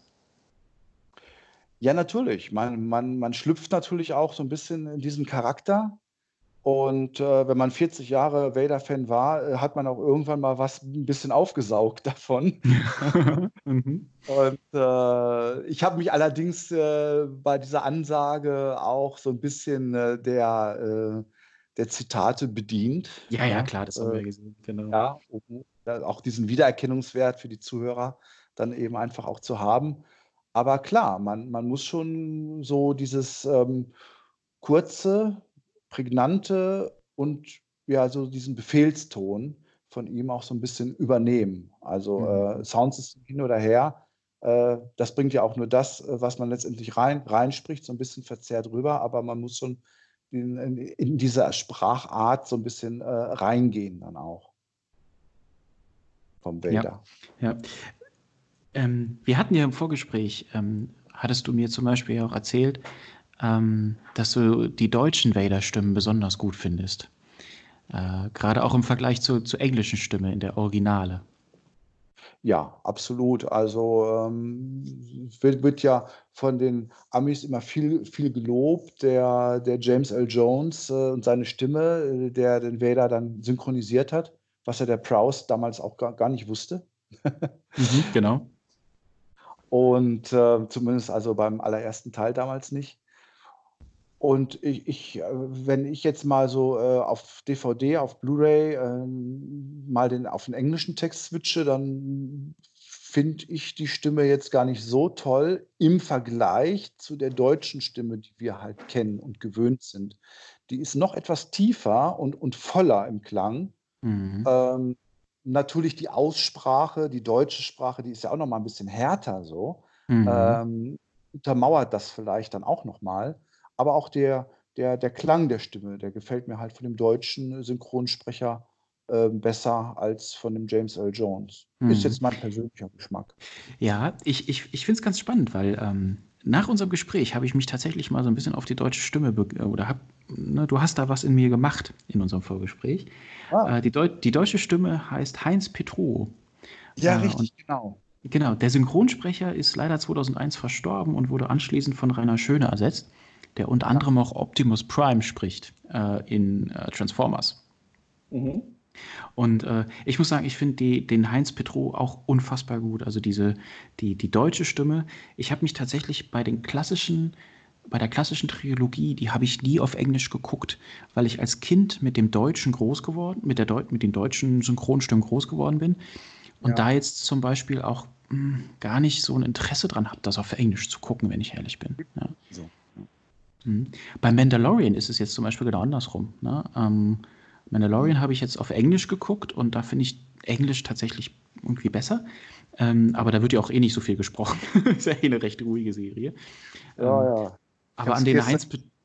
Ja, natürlich. Man schlüpft natürlich auch so ein bisschen in diesen Charakter. Und wenn man 40 Jahre Vader-Fan war, hat man auch irgendwann mal was ein bisschen aufgesaugt davon. Mhm. Und ich habe mich allerdings bei dieser Ansage auch so ein bisschen der Zitate bedient. Ja, ja, Ne? klar, das haben wir ja gesehen, genau. Ja, um auch diesen Wiedererkennungswert für die Zuhörer dann eben einfach auch zu haben. Aber klar, man muss schon so dieses kurze, prägnante und ja, so diesen Befehlston von ihm auch so ein bisschen übernehmen. Also Mhm. Soundsystem hin oder her, das bringt ja auch nur das, was man letztendlich reinspricht, so ein bisschen verzerrt rüber, aber man muss schon in diese Sprachart so ein bisschen reingehen dann auch vom Ja, Vader. ja. Wir hatten ja im Vorgespräch, hattest du mir zum Beispiel ja auch erzählt, dass du die deutschen Vader-Stimmen besonders gut findest. Gerade auch im Vergleich zur englischen Stimme in der Originale. Ja, absolut. Also wird ja von den Amis immer viel gelobt, der James L. Jones und seine Stimme, der den Vader dann synchronisiert hat, was ja der Prowse damals auch gar nicht wusste. Mhm, genau. Und zumindest also beim allerersten Teil damals nicht. Und wenn ich jetzt mal so auf DVD, auf Blu-ray mal auf den englischen Text switche, dann finde ich die Stimme jetzt gar nicht so toll im Vergleich zu der deutschen Stimme, die wir halt kennen und gewöhnt sind. Die ist noch etwas tiefer und voller im Klang. Mhm. Ähm, natürlich die Aussprache, die deutsche Sprache, die ist ja auch noch mal ein bisschen härter so. Mhm. Untermauert das vielleicht dann auch noch mal. Aber auch der Klang der Stimme, der gefällt mir halt von dem deutschen Synchronsprecher besser als von dem James Earl Jones. Ist Mhm. jetzt mein persönlicher Geschmack. Ja, ich finde es ganz spannend, weil nach unserem Gespräch habe ich mich tatsächlich mal so ein bisschen auf die deutsche Stimme oder ne, du hast da was in mir gemacht in unserem Vorgespräch. Ah, Die deutsche Stimme heißt Heinz Petruo. ja, Und richtig, genau. genau, der Synchronsprecher ist leider 2001 verstorben und wurde anschließend von Rainer Schöne ersetzt, der unter Ja. anderem auch Optimus Prime spricht in Transformers. Mhm. Und ich muss sagen, ich finde den Heinz Petruo auch unfassbar gut. Also die deutsche Stimme. Ich habe mich tatsächlich bei der klassischen Trilogie, die habe ich nie auf Englisch geguckt, weil ich als Kind mit dem Deutschen groß geworden, mit den deutschen Synchronstimmen groß geworden bin. Und da Ja. jetzt zum Beispiel auch gar nicht so ein Interesse dran habe, das auf Englisch zu gucken, wenn ich ehrlich bin. Ja. So. Ja. Mhm. Bei Mandalorian ist es jetzt zum Beispiel genau andersrum. Ne? Mhm. Mandalorian habe ich jetzt auf Englisch geguckt und da finde ich Englisch tatsächlich irgendwie besser. Aber da wird ja auch eh nicht so viel gesprochen. Ist ja eh eine recht ruhige Serie. Ja, Ähm, ja. Ich aber habe an es den gestern. Heinz.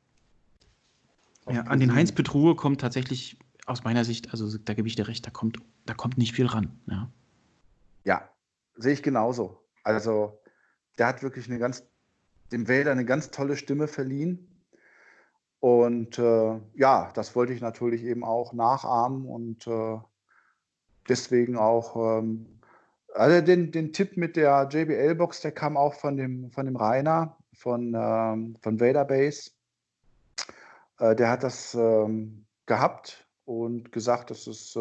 Ja, an den Heinz Petruhe kommt tatsächlich aus meiner Sicht, also da gebe ich dir recht, da kommt nicht viel ran. Ja. Ja, sehe ich genauso. Also der hat wirklich dem Vader eine ganz tolle Stimme verliehen. Und ja, das wollte ich natürlich eben auch nachahmen und deswegen auch, also den Tipp mit der JBL-Box, der kam auch von dem Rainer von Vader Base. Der hat das gehabt und gesagt, dass es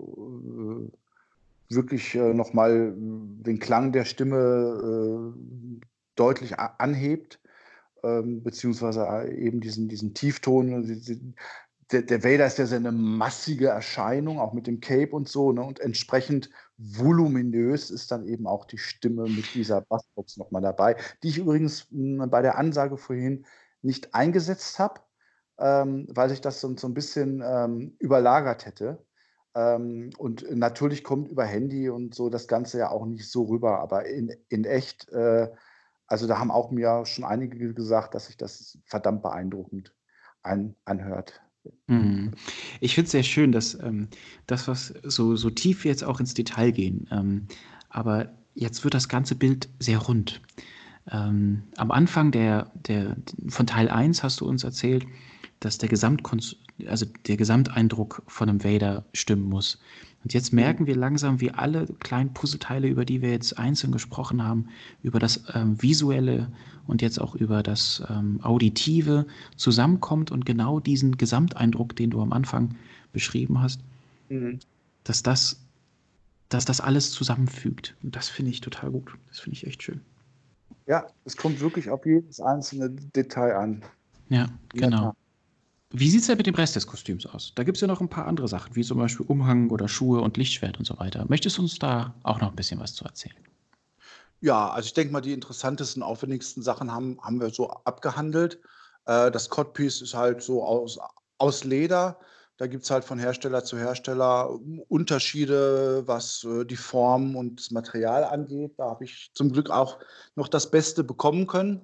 wirklich nochmal den Klang der Stimme deutlich anhebt, beziehungsweise eben diesen Tiefton. Der Vader ist ja sehr eine massige Erscheinung, auch mit dem Cape und so, ne? Und entsprechend voluminös ist dann eben auch die Stimme mit dieser Bassbox nochmal dabei, die ich übrigens bei der Ansage vorhin nicht eingesetzt habe, weil sich das so ein bisschen überlagert hätte. Und natürlich kommt über Handy und so das Ganze ja auch nicht so rüber, aber in echt, also da haben auch mir schon einige gesagt, dass sich das verdammt beeindruckend anhört. Mhm. Ich finde es sehr schön, dass das, was so tief wir jetzt auch ins Detail gehen, aber jetzt wird das ganze Bild sehr rund. Am Anfang von Teil 1 hast du uns erzählt, dass also der Gesamteindruck von einem Vader stimmen muss. Und jetzt merken wir langsam, wie alle kleinen Puzzleteile, über die wir jetzt einzeln gesprochen haben, über das Visuelle und jetzt auch über das Auditive zusammenkommt und genau diesen Gesamteindruck, den du am Anfang beschrieben hast, Mhm. dass das alles zusammenfügt. Und das finde ich total gut. Das finde ich echt schön. Ja, es kommt wirklich auf jedes einzelne Detail an. Ja, In der genau. Tat. Wie sieht es denn mit dem Rest des Kostüms aus? Da gibt es ja noch ein paar andere Sachen, wie zum Beispiel Umhang oder Schuhe und Lichtschwert und so weiter. Möchtest du uns da auch noch ein bisschen was zu erzählen? Ja, also ich denke mal, die interessantesten, aufwendigsten Sachen haben wir so abgehandelt. Das Codpiece ist halt so aus Leder. Da gibt es halt von Hersteller zu Hersteller Unterschiede, was die Form und das Material angeht. Da habe ich zum Glück auch noch das Beste bekommen können.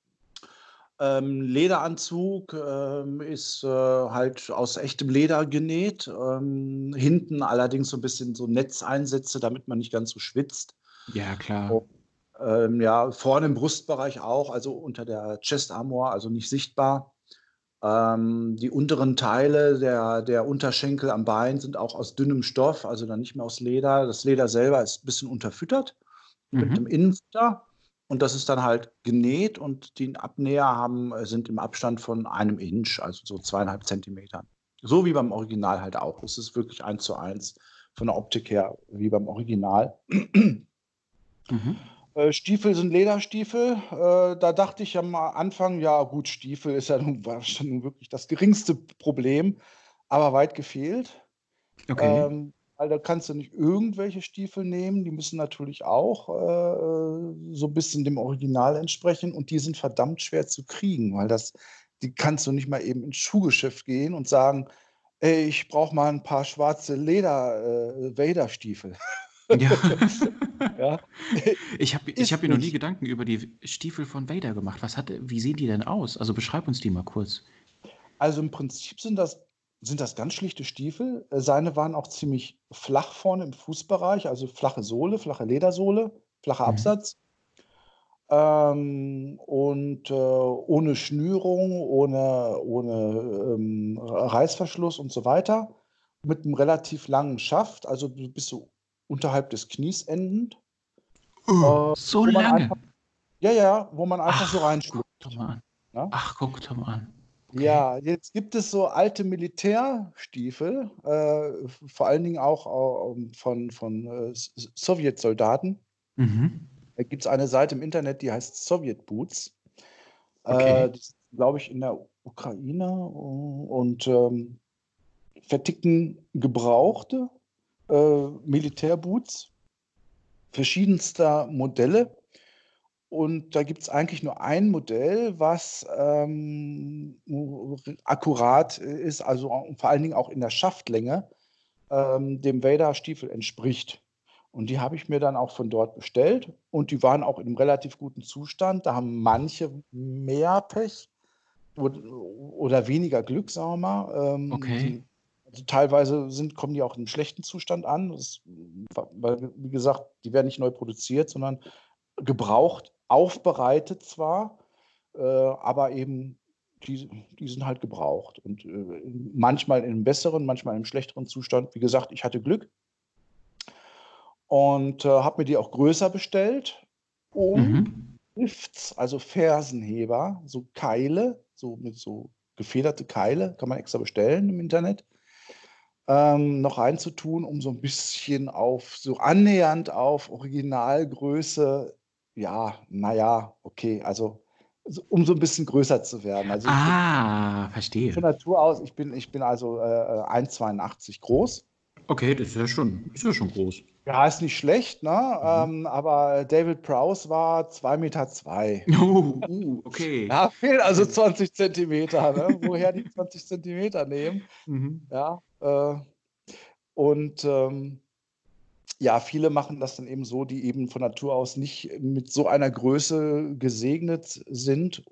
Lederanzug ist halt aus echtem Leder genäht. Hinten allerdings so ein bisschen so Netzeinsätze, damit man nicht ganz so schwitzt. Ja, klar. Ja, vorne im Brustbereich auch, also unter der Chest Armor, also nicht sichtbar. Die unteren Teile der Unterschenkel am Bein sind auch aus dünnem Stoff, also dann nicht mehr aus Leder. Das Leder selber ist ein bisschen unterfüttert mit dem Mhm. Innenfutter. Und das ist dann halt genäht und die Abnäher sind im Abstand von 1 Inch, also so 2,5 Zentimetern. So wie beim Original halt auch. Es ist wirklich 1:1 von der Optik her wie beim Original. Mhm. Stiefel sind Lederstiefel. Da dachte ich am Anfang, ja gut, Stiefel war schon nun wirklich das geringste Problem, aber weit gefehlt. Okay. Weil da kannst du nicht irgendwelche Stiefel nehmen, die müssen natürlich auch so ein bisschen dem Original entsprechen und die sind verdammt schwer zu kriegen, weil die kannst du nicht mal eben ins Schuhgeschäft gehen und sagen, ey, ich brauche mal ein paar schwarze Leder-Vader-Stiefel. Ja. Ja. Ich hab Ist mir noch nie nicht. Gedanken über die Stiefel von Vader gemacht. Wie sehen die denn aus? Also beschreib uns die mal kurz. Also im Prinzip sind das ganz schlichte Stiefel. Seine waren auch ziemlich flach vorne im Fußbereich, also flache Sohle, flache Ledersohle, flacher Mhm. Absatz. Und ohne Schnürung, ohne Reißverschluss und so weiter. Mit einem relativ langen Schaft, also bis so unterhalb des Knies endend, So wo man lange. einfach, ja, ja, wo man einfach so Ach, guck doch reinschlüpft. mal an. Ne? Ach, guck doch mal an. Okay. Ja, jetzt gibt es so alte Militärstiefel, vor allen Dingen auch von Sowjetsoldaten. Mhm. Da gibt es eine Seite im Internet, die heißt Soviet Boots. Okay. Die sind, glaube ich, in der Ukraine und verticken gebrauchte Militärboots verschiedenster Modelle. Und da gibt es eigentlich nur ein Modell, was akkurat ist, also vor allen Dingen auch in der Schaftlänge dem Vader-Stiefel entspricht. Und die habe ich mir dann auch von dort bestellt. Und die waren auch in einem relativ guten Zustand. Da haben manche mehr Pech, oder weniger Glück, sagen wir mal. Okay. Also teilweise kommen die auch in schlechten Zustand an. Weil, wie gesagt, die werden nicht neu produziert, sondern gebraucht, aufbereitet zwar, aber eben die sind halt gebraucht. Und manchmal in einem besseren, manchmal in einem schlechteren Zustand. Wie gesagt, ich hatte Glück und habe mir die auch größer bestellt. Und Mhm. Lifts, also Fersenheber, so Keile, so mit so gefederte Keile, kann man extra bestellen im Internet, noch reinzutun, um so ein bisschen so annähernd auf Originalgröße, ja, naja, okay, also um so ein bisschen größer zu werden. Also ich bin von Verstehe. Natur aus, ich bin also 1,82 groß. Okay, das ist ja schon groß. Ja, ist nicht schlecht, ne? Mhm. Aber David Prowse war 2,2 Meter. Okay. Ja, fehlen also Okay. 20 Zentimeter, ne? Woher die 20 Zentimeter nehmen? Mhm. Ja, und ja, viele machen das dann eben so, die eben von Natur aus nicht mit so einer Größe gesegnet sind.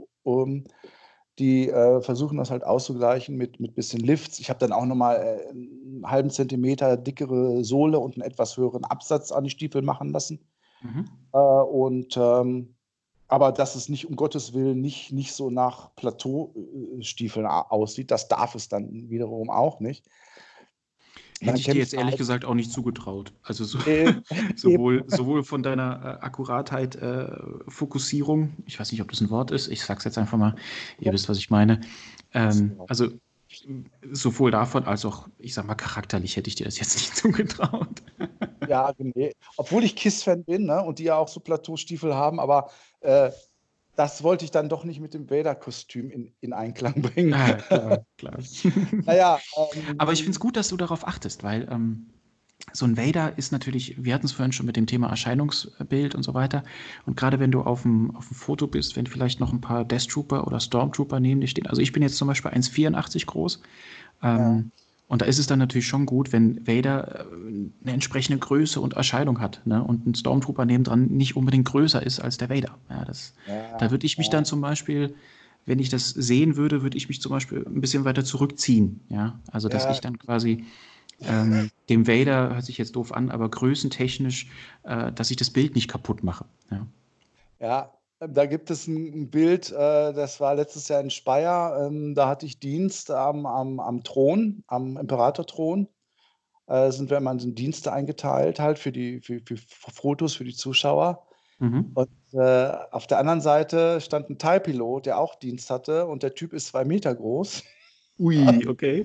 Die versuchen das halt auszugleichen mit bisschen Lifts. Ich habe dann auch nochmal einen halben Zentimeter dickere Sohle und einen etwas höheren Absatz an die Stiefel machen lassen. Mhm. Und aber dass es nicht, um Gottes Willen, nicht so nach Plateaustiefeln aussieht, das darf es dann wiederum auch nicht. Hätte Man ich dir jetzt kämpft ehrlich halt. gesagt auch nicht zugetraut. Also Äh, eben, sowohl von deiner Akkuratheit, Fokussierung, ich weiß nicht, ob das ein Wort ist, ich sag's jetzt einfach mal, ihr wisst, was ich meine. Also sowohl davon als auch, ich sag mal, charakterlich hätte ich dir das jetzt nicht zugetraut. ja, nee. Obwohl ich KISS-Fan bin, ne, und die ja auch so Plateaustiefel haben, aber äh, das wollte ich dann doch nicht mit dem Vader-Kostüm in Einklang bringen. Ah, klar, klar. Naja, Aber ich finde es gut, dass du darauf achtest, weil so ein Vader ist natürlich, wir hatten es vorhin schon mit dem Thema Erscheinungsbild und so weiter. Und gerade wenn du auf dem Foto bist, wenn vielleicht noch ein paar Death Trooper oder Stormtrooper neben dir stehen. Also ich bin jetzt zum Beispiel 1,84 groß. ja, Und da ist es dann natürlich schon gut, wenn Vader eine entsprechende Größe und Erscheinung hat. Ne? Und ein Stormtrooper nebendran nicht unbedingt größer ist als der Vader. Ja, da ja, würde ich mich dann ja, zum Beispiel, wenn ich das sehen würde, würde ich mich zum Beispiel ein bisschen weiter zurückziehen. Ja? Also dass ich ja, dann quasi dem Vader, hört sich jetzt doof an, aber größentechnisch, dass ich das Bild nicht kaputt mache. Ja. ja. Da gibt es ein Bild, das war letztes Jahr in Speyer. Da hatte ich Dienst am Thron, am Imperatorthron. Sind wir immer in so Dienste eingeteilt, halt für Fotos für die Zuschauer. Mhm. Und auf der anderen Seite stand ein Thai-Pilot, der auch Dienst hatte, und der Typ ist 2 Meter groß. Ui, okay.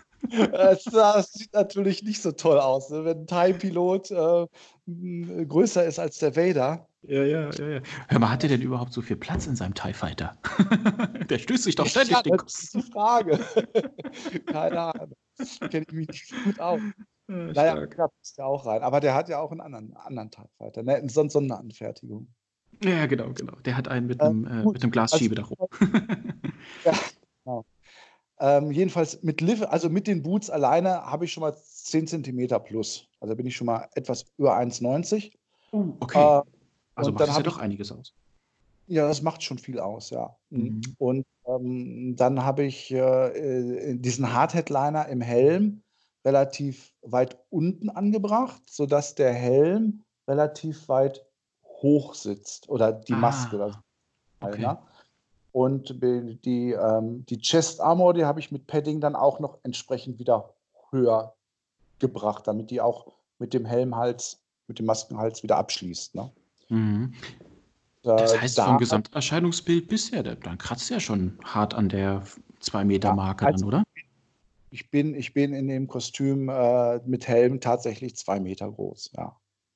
Das sieht natürlich nicht so toll aus, ne? Wenn ein Thai-Pilot größer ist als der Vader. Ja, ja, ja, ja. Hör mal, hat der denn überhaupt so viel Platz in seinem TIE Fighter? Der stößt sich doch Ja, ständig den das Kopf. ist die Frage. Keine Ahnung. Kenne ich mich nicht so gut aus. Ja, Naja, stark. da passt ja auch rein. Aber der hat ja auch einen anderen TIE Fighter, ne? Eine Sonderanfertigung. Ja, genau, genau. Der hat einen mit Gut, einem also Glasschiebedach. ja, genau. Jedenfalls also mit den Boots alleine habe ich schon mal 10 Zentimeter plus. Also bin ich schon mal etwas über 1,90. Okay. Äh, Also und macht dann es ja habe doch ich, einiges aus. ja, das macht schon viel aus, ja. Mhm. Und dann habe ich diesen Hardheadliner im Helm relativ weit unten angebracht, sodass der Helm relativ weit hoch sitzt oder die Maske, das Ah, Teil, okay. ne? Und die Chest Armor, die habe ich mit Padding dann auch noch entsprechend wieder höher gebracht, damit die auch mit dem Helmhals, mit dem Maskenhals wieder abschließt. Ne? Mhm. Das heißt, vom Da, Gesamterscheinungsbild bisher, dann kratzt er schon hart an der 2 Meter ja, Marke dann, also oder? ich bin in dem Kostüm mit Helm tatsächlich 2 Meter groß. Ja,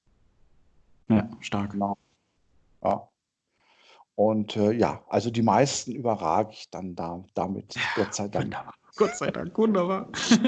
Ja, stark. genau. Ja. Und ja, also die meisten überrage ich dann damit, Gott sei Dank. Wunderbar. Gott sei Dank, wunderbar.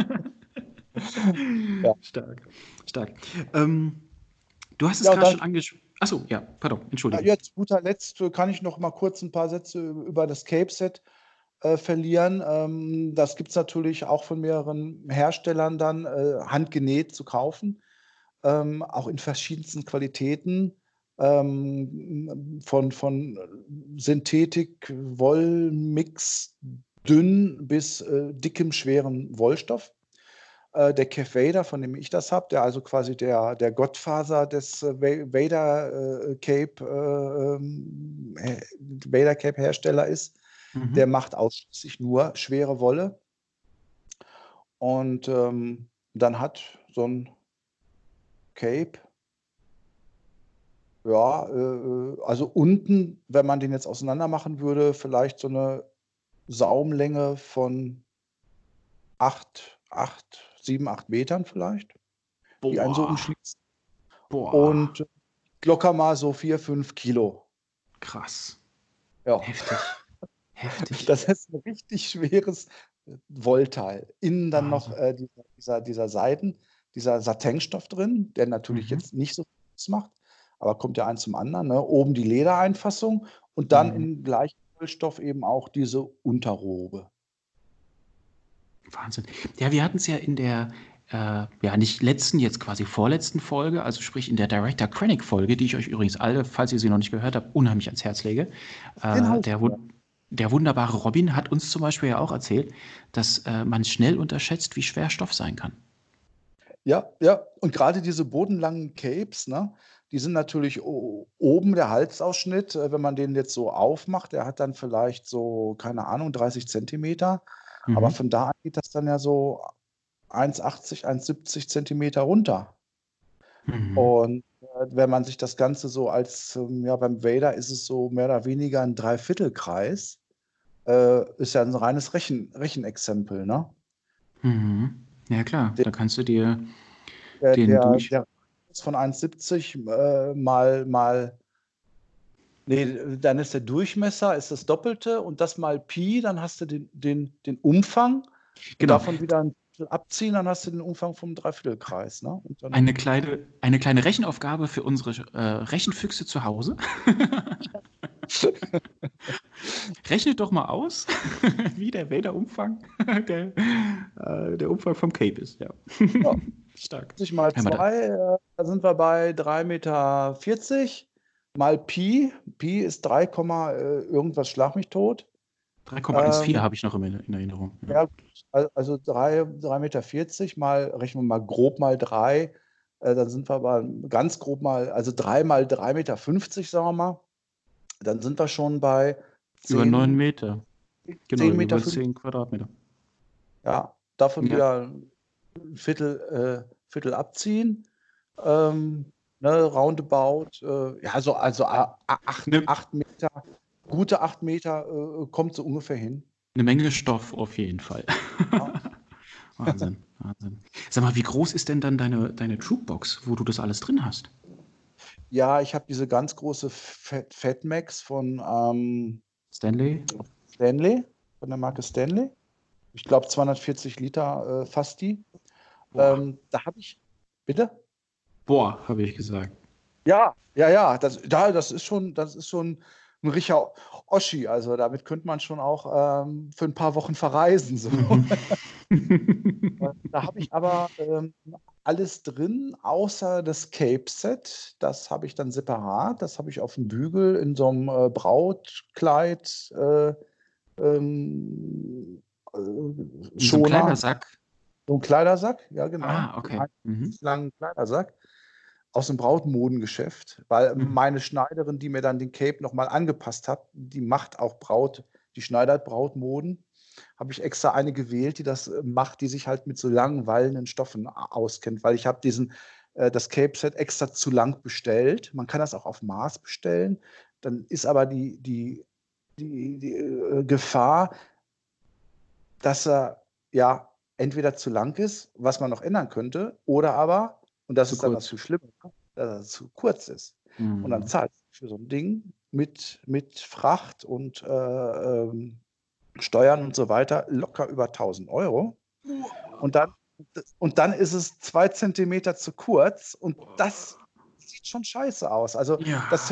Ja, Stark, stark. Du hast es ja und gerade dann schon angesprochen. Achso, ja, pardon, entschuldige. jetzt zu guter Letzt kann ich noch mal kurz ein paar Sätze über das Cape-Set verlieren. Das gibt es natürlich auch von mehreren Herstellern dann handgenäht zu kaufen, auch in verschiedensten Qualitäten, von Synthetik, Wollmix, dünn bis dickem, schweren Wollstoff. Der Kev Vader, von dem ich das habe, der also quasi der Gottfaser des Vader Cape Vader Cape Hersteller ist, der macht ausschließlich nur schwere Wolle. Und dann hat so ein Cape, ja, also unten, wenn man den jetzt auseinander machen würde, vielleicht so eine Saumlänge von 7, 8 Metern vielleicht, die einen so Boah, umschließt. boah, Und locker mal so 4, 5 Kilo. krass. Ja, Heftig, heftig. das ist ein richtig schweres Wollteil. Innen dann noch Wahnsinn. dieser Satinstoff drin, der natürlich jetzt nicht so viel macht, aber kommt ja eins zum anderen. Ne? Oben die Ledereinfassung und dann im gleichen Wollstoff eben auch diese Unterrobe. Wahnsinn. Ja, wir hatten es ja in der, ja, nicht letzten, jetzt quasi vorletzten Folge, also sprich in der Director Krennic Folge, die ich euch übrigens alle, falls ihr sie noch nicht gehört habt, unheimlich ans Herz lege. Der wunderbare Robin hat uns zum Beispiel ja auch erzählt, dass man schnell unterschätzt, wie schwer Stoff sein kann. Ja, ja. Und gerade diese bodenlangen Capes, ne, die sind natürlich oben der Halsausschnitt, wenn man den jetzt so aufmacht, der hat dann vielleicht so, keine Ahnung, 30 Zentimeter. Aber von da an geht das dann ja so 1,80, 1,70 Zentimeter runter. Und wenn man sich das Ganze so als, ja, beim Vader ist es so mehr oder weniger ein Dreiviertelkreis, ist ja ein reines Rechenexempel, ne? Ja, klar, da kannst du dir Der, den der, durch. der ist von 1,70 nee, dann ist der Durchmesser ist das Doppelte und das mal Pi, dann hast du den Umfang und Genau. davon wieder ein Drittel abziehen, dann hast du den Umfang vom Dreiviertelkreis. Ne? Und dann, Eine kleine Rechenaufgabe für unsere Rechenfüchse zu Hause. Rechnet doch mal aus, wie der Vader-Umfang der Umfang vom Cape ist. Ja. ja. Stark. 40 mal 2, da sind wir bei 3,40 Meter mal Pi. Pi ist 3, irgendwas schlag mich tot. 3,14 habe ich noch in Erinnerung. Ja, also 3,40 Meter mal, rechnen wir mal grob mal 3, dann sind wir aber ganz grob mal, also 3 mal 3,50 Meter, sagen wir mal. Dann sind wir schon bei 10, über 9 Meter. Genau, 10 Meter über 10 Quadratmeter. Ja, davon wieder ein Viertel abziehen. Ne, roundabout, ja, so, also 8 Meter, gute 8 Meter kommt so ungefähr hin. Eine Menge Stoff auf jeden Fall. Ja. Wahnsinn, Wahnsinn. Sag mal, wie groß ist denn dann deine Trukebox, wo du das alles drin hast? Ja, ich habe diese ganz große Fatmax von Stanley? von der Marke Stanley. Ich glaube 240 Liter fasst die. Boah. Da habe ich, bitte? Boah, habe ich gesagt. Ja, das ist schon ein richtiger Oschi. Also damit könnte man schon auch für ein paar Wochen verreisen. So. Da habe ich aber alles drin, außer das Cape-Set. Das habe ich dann separat. Das habe ich auf dem Bügel in so einem Brautkleid. So ein Kleidersack? So ein Kleidersack, ja genau. Ah, okay. Einen langen Kleidersack aus dem Brautmodengeschäft, weil meine Schneiderin, die mir dann den Cape nochmal angepasst hat, die macht auch die schneidert Brautmoden, habe ich extra eine gewählt, die das macht, die sich halt mit so langen, wallenden Stoffen auskennt, weil ich habe das Cape-Set extra zu lang bestellt. Man kann das auch auf Maß bestellen. Dann ist aber die Gefahr, dass er ja entweder zu lang ist, was man noch ändern könnte, oder aber, und das ist dann das viel schlimmer, dass er zu kurz ist. Und dann zahlst du für so ein Ding mit Fracht und Steuern und so weiter locker über 1.000 Euro. Und dann ist es 2 Zentimeter zu kurz und das sieht schon scheiße aus. Also das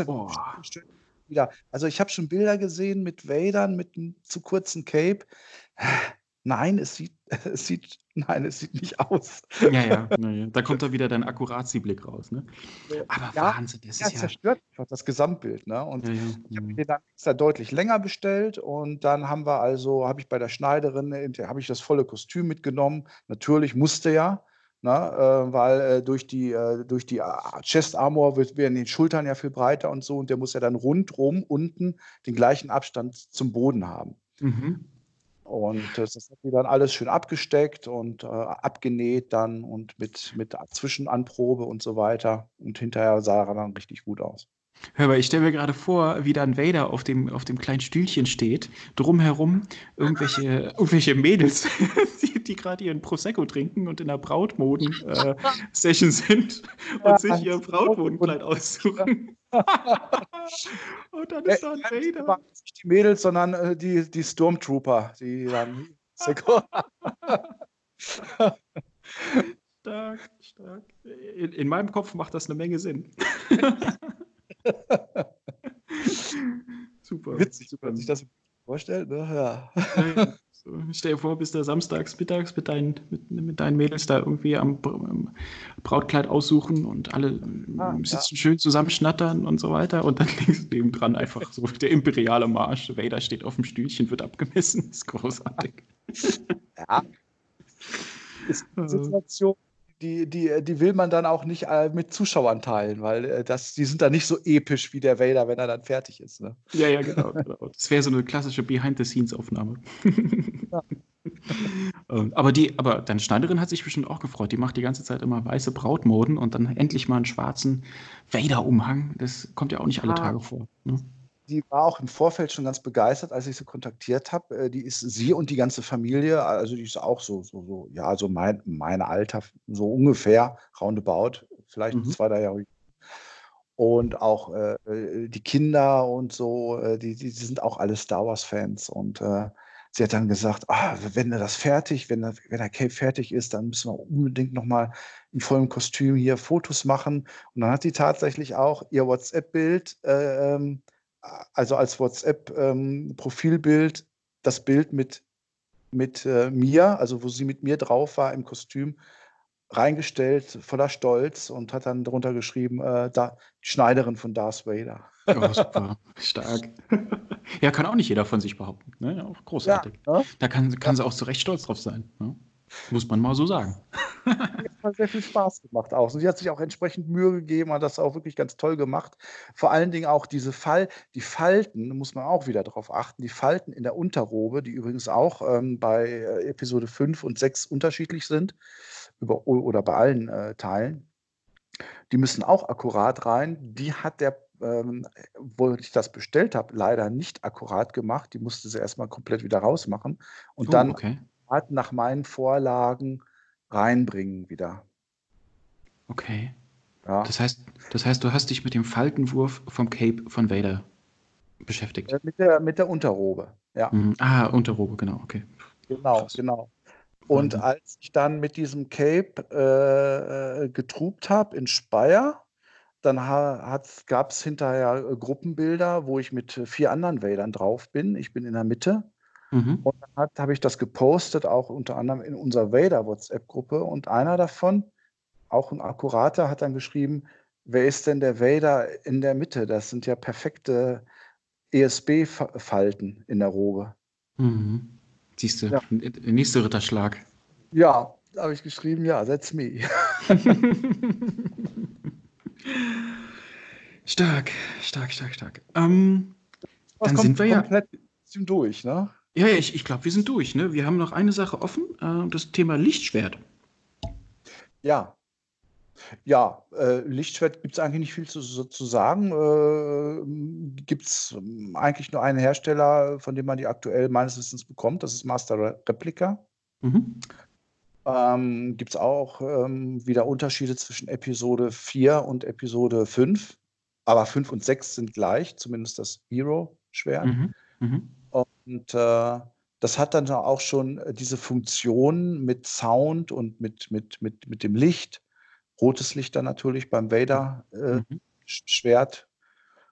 wieder. Also ich habe schon Bilder gesehen mit Vadern, mit einem zu kurzen Cape. Nein, es sieht nicht aus. Ja. Da kommt da wieder dein Akkuratsi-Blick raus, ne? Aber Ja, Wahnsinn, das ja, ist es ja. zerstört einfach das Gesamtbild, ne? Ja, Und ja. ich habe mir den dann extra deutlich länger bestellt und dann habe ich bei der Schneiderin habe ich das volle Kostüm mitgenommen. Natürlich musste ja, ne, weil, durch die Chest Armor werden die Schultern ja viel breiter und so und der muss ja dann rundrum unten den gleichen Abstand zum Boden haben. Mhm. Und das hat sie dann alles schön abgesteckt und, abgenäht dann und mit Zwischenanprobe und so weiter. Und hinterher sah er dann richtig gut aus. Hör mal, ich stelle mir gerade vor, wie dann Vader auf dem kleinen Stühlchen steht, drumherum irgendwelche Mädels, die gerade ihren Prosecco trinken und in der Brautmoden-Session sind Ja, und sich ihr Brautmodenkleid aussuchen. Und dann ist da ein waren Vader. nicht die Mädels, sondern, die Stormtrooper, die dann Stark. In meinem Kopf macht das eine Menge Sinn. Super. witzig, wenn man sich das vorstellt, ne? Ja. Ja. So, stell dir vor, bist du samstags, mittags mit deinen Mädels da irgendwie am Brautkleid aussuchen und alle sitzen schön zusammen, schnattern und so weiter. Und dann links nebendran einfach so der imperiale Marsch. Vader steht auf dem Stühlchen, wird abgemessen. Ist großartig. Ja. Ist eine Situation, die will man dann auch nicht, mit Zuschauern teilen, weil, die sind dann nicht so episch wie der Vader, wenn er dann fertig ist, ne? Ja, genau. Das wäre so eine klassische Behind-the-Scenes-Aufnahme. Ja. Aber deine Schneiderin hat sich bestimmt auch gefreut. Die macht die ganze Zeit immer weiße Brautmoden und dann endlich mal einen schwarzen Vader-Umhang. Das kommt ja auch nicht alle Tage vor. Ne? Die war auch im Vorfeld schon ganz begeistert, als ich sie kontaktiert habe. Sie und die ganze Familie, also die ist auch so, ja, so mein Alter, so ungefähr, roundabout, vielleicht 2, 3 Jahre. Und auch die Kinder und so, die sind auch alle Star Wars-Fans. Und sie hat dann gesagt, wenn der Cape fertig ist, dann müssen wir unbedingt noch mal in vollem Kostüm hier Fotos machen. Und dann hat die tatsächlich auch ihr WhatsApp-Bild, also als WhatsApp-Profilbild, das Bild mit mir, also wo sie mit mir drauf war im Kostüm, reingestellt, voller Stolz und hat dann drunter geschrieben, die Schneiderin von Darth Vader. Oh, super. Stark. Ja, kann auch nicht jeder von sich behaupten. Ne? Ja, auch großartig. Ja, ne? Da kann sie auch zu Recht stolz drauf sein. Ne? Muss man mal so sagen. Hat sehr viel Spaß gemacht auch. Und sie hat sich auch entsprechend Mühe gegeben, hat das auch wirklich ganz toll gemacht. Vor allen Dingen auch die Falten, muss man auch wieder darauf achten, die Falten in der Unterrobe, die übrigens auch bei Episode 5 und 6 unterschiedlich sind, oder bei allen Teilen, die müssen auch akkurat rein. Die hat wo ich das bestellt habe, leider nicht akkurat gemacht. Die musste sie erstmal komplett wieder rausmachen und dann Okay. nach meinen Vorlagen reinbringen wieder. Okay. Ja. Das heißt, du hast dich mit dem Faltenwurf vom Cape von Vader beschäftigt. Mit der Unterrobe, ja. Unterrobe, genau, okay. Genau, Krass. genau. Und Wahnsinn. als ich dann mit diesem Cape getroopt habe in Speyer, dann gab es hinterher Gruppenbilder, wo ich mit 4 anderen Vadern drauf bin. Ich bin in der Mitte. Mhm. Und dann habe ich das gepostet, auch unter anderem in unserer Vader-WhatsApp-Gruppe. Und einer davon, auch ein Akkurater, hat dann geschrieben, wer ist denn der Vader in der Mitte? Das sind ja perfekte ESB-Falten in der Robe. Mhm. Siehst du, Ja. nächster Ritterschlag. Ja, da habe ich geschrieben, ja, that's me. Stark. Dann sind wir ja. Komplett durch, ne? Ja, ich glaube, wir sind durch. Ne? Wir haben noch eine Sache offen, das Thema Lichtschwert. Ja. Ja, Lichtschwert gibt es eigentlich nicht viel zu sagen. Gibt es eigentlich nur einen Hersteller, von dem man die aktuell meines Wissens bekommt. Das ist Master Replica. Mhm. Gibt es auch wieder Unterschiede zwischen Episode 4 und Episode 5. Aber 5 und 6 sind gleich, zumindest das Hero-Schwert. Und das hat dann auch schon diese Funktion mit Sound und mit dem Licht. Rotes Licht dann natürlich beim Vader-Schwert.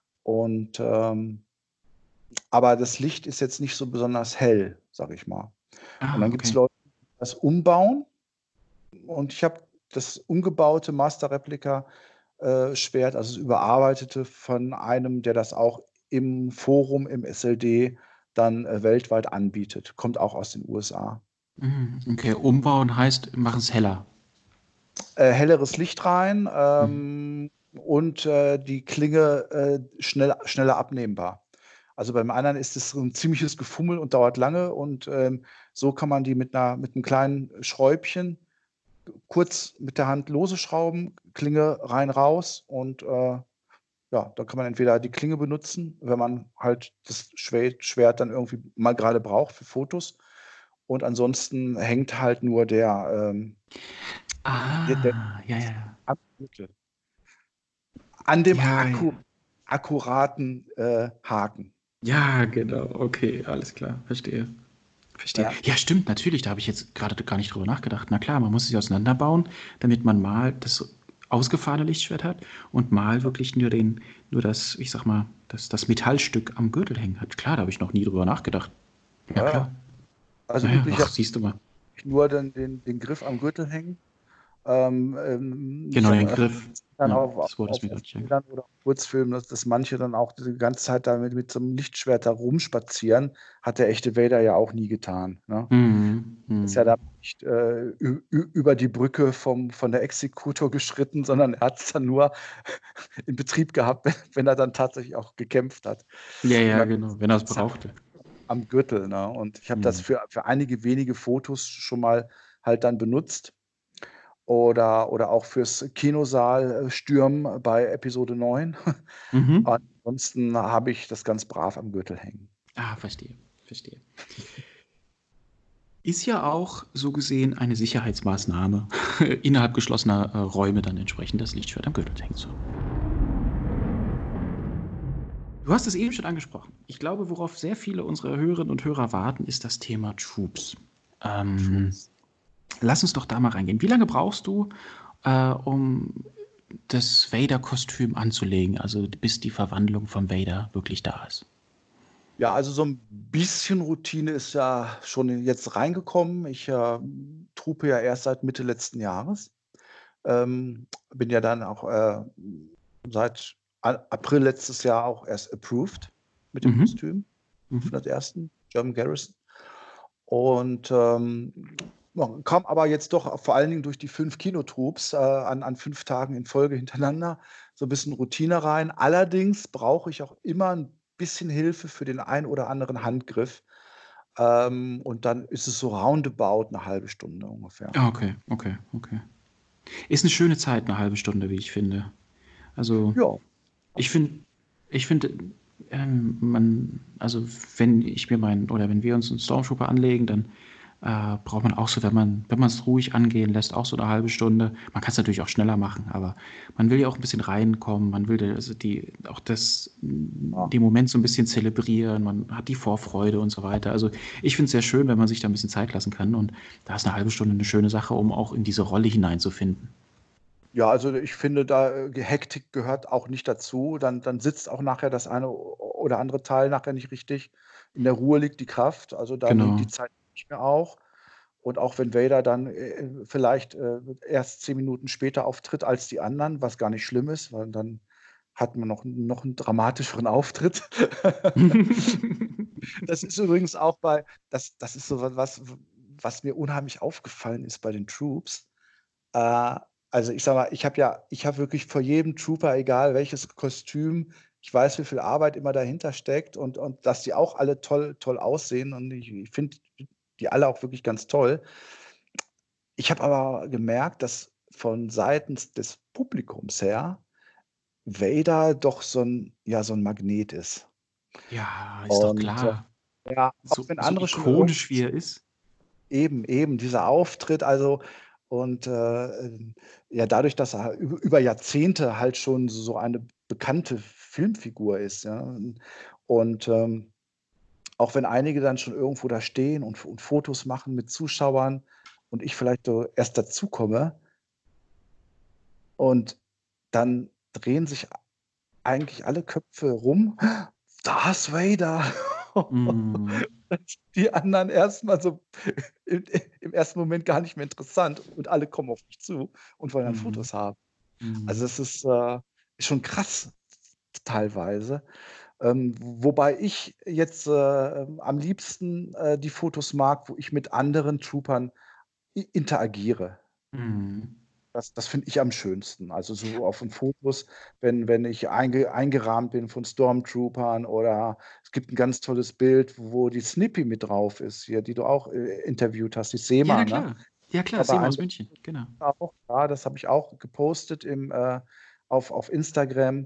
Und aber das Licht ist jetzt nicht so besonders hell, sag ich mal. Und dann gibt es Okay. Leute, die das umbauen. Und ich habe das umgebaute Master-Replika-Schwert, also das überarbeitete, von einem, der das auch im Forum, im SLD dann weltweit anbietet. Kommt auch aus den USA. Okay, umbauen heißt, machen es heller. Helleres Licht rein Mhm. und die Klinge schneller abnehmbar. Also beim anderen ist es so ein ziemliches Gefummel und dauert lange und so kann man die mit einem kleinen Schräubchen kurz mit der Hand lose schrauben, Klinge rein raus und ja, dann kann man entweder die Klinge benutzen, wenn man halt das Schwert dann irgendwie mal gerade braucht für Fotos, und ansonsten hängt halt nur der Ja, ja, ja. Gürtel an dem Ja, ja. akkuraten Haken. Ja, genau. Okay, alles klar. Verstehe. Verstehe. Ja. Ja, stimmt, natürlich. Da habe ich jetzt gerade gar nicht drüber nachgedacht. Na klar, man muss sich auseinanderbauen, damit man mal das ausgefahrene Lichtschwert hat und mal wirklich nur das, ich sag mal, das Metallstück am Gürtel hängen hat. Klar, da habe ich noch nie drüber nachgedacht. Ja, Ja. klar. Also Naja, wirklich ach, siehst du mal. nur den Griff am Gürtel hängen. Ich Genau, habe den Griff. dann Ja, auf, das Wort ist mir auf gerade nicht eingefallen. Bildern oder Kurzfilmen, dass manche dann auch die ganze Zeit damit mit so einem Lichtschwert da rumspazieren, hat der echte Vader ja auch nie getan. Ne? Ist ja da nicht über die Brücke von der Exekutor geschritten, sondern er hat es dann nur in Betrieb gehabt, wenn er dann tatsächlich auch gekämpft hat. Ja, Und ja, dann genau, wenn er es ist er brauchte. am Gürtel. Ne? Und ich habe das Hm. für einige wenige Fotos schon mal halt dann benutzt. Oder auch fürs Kinosaal stürmen bei Episode 9. Mhm. Ansonsten habe ich das ganz brav am Gürtel hängen. Ah, verstehe, verstehe. Ist ja auch so gesehen eine Sicherheitsmaßnahme, innerhalb geschlossener Räume dann entsprechend das Lichtschwert am Gürtel hängen zu haben. Du hast es eben schon angesprochen. Ich glaube, worauf sehr viele unserer Hörerinnen und Hörer warten, ist das Thema Troops. Troops. Lass uns doch da mal reingehen. Wie lange brauchst du, um das Vader-Kostüm anzulegen, also bis die Verwandlung vom Vader wirklich da ist? Ja, also so ein bisschen Routine ist ja schon jetzt reingekommen. Ich trupe ja erst seit Mitte letzten Jahres. Bin ja dann auch seit April letztes Jahr auch erst approved mit dem Mhm. Kostüm. Mhm. 501. German Garrison. Und kam aber jetzt doch vor allen Dingen durch die 5 Kinotroops an 5 Tagen in Folge hintereinander so ein bisschen Routine rein. Allerdings brauche ich auch immer ein bisschen Hilfe für den ein oder anderen Handgriff. Und dann ist es so roundabout eine halbe Stunde ungefähr. Ah, okay, okay, okay. Ist eine schöne Zeit, eine halbe Stunde, wie ich finde. Also Ja, ich finde, ich finde, also wenn ich mir oder wenn wir uns einen Stormtrooper anlegen, dann braucht man auch so, wenn man es ruhig angehen lässt, auch so eine halbe Stunde. Man kann es natürlich auch schneller machen, aber man will ja auch ein bisschen reinkommen, man will also auch ja. den Moment so ein bisschen zelebrieren, man hat die Vorfreude und so weiter. Also ich finde es sehr schön, wenn man sich da ein bisschen Zeit lassen kann, und da ist eine halbe Stunde eine schöne Sache, um auch in diese Rolle hineinzufinden. Ja, also ich finde, da Hektik gehört auch nicht dazu. Dann sitzt auch nachher das eine oder andere Teil nachher nicht richtig. In der Ruhe liegt die Kraft. Also da nehmt Genau. die Zeit nicht mehr auch. Und auch wenn Vader dann vielleicht erst 10 Minuten später auftritt als die anderen, was gar nicht schlimm ist, weil dann hat man noch einen dramatischeren Auftritt. Das ist übrigens auch das ist so was mir unheimlich aufgefallen ist bei den Troops. Äh, also ich sage mal, ich habe wirklich vor jedem Trooper, egal welches Kostüm, ich weiß, wie viel Arbeit immer dahinter steckt und dass die auch alle toll aussehen, und ich finde die alle auch wirklich ganz toll. Ich habe aber gemerkt, dass von seitens des Publikums her Vader doch so 'n Magnet ist. Ja, ist doch Und klar. ja, auch So, wenn so andere schon irgendwie ikonisch wie er ist. eben dieser Auftritt, also und ja, dadurch, dass er über Jahrzehnte halt schon so eine bekannte Filmfigur ist, ja. Und auch wenn einige dann schon irgendwo da stehen und Fotos machen mit Zuschauern und ich vielleicht so erst dazukomme, und dann drehen sich eigentlich alle Köpfe rum. Darth Vader. Mhm. Die anderen erstmal so im, im ersten Moment gar nicht mehr interessant und alle kommen auf mich zu und wollen dann Mhm. Fotos haben. Also Mhm. es ist schon krass teilweise. Wobei ich jetzt am liebsten die Fotos mag, wo ich mit anderen Troopern interagiere. Mhm. Das finde ich am schönsten. Also so auf den Fotos, wenn ich eingerahmt bin von Stormtroopern oder es gibt ein ganz tolles Bild, wo die Snippy mit drauf ist, hier, die du auch interviewt hast, die Ja, Sema, ne? klar. Ja, klar, War bei Sema aus einem München, genau. auch, ja, das habe ich auch gepostet auf Instagram.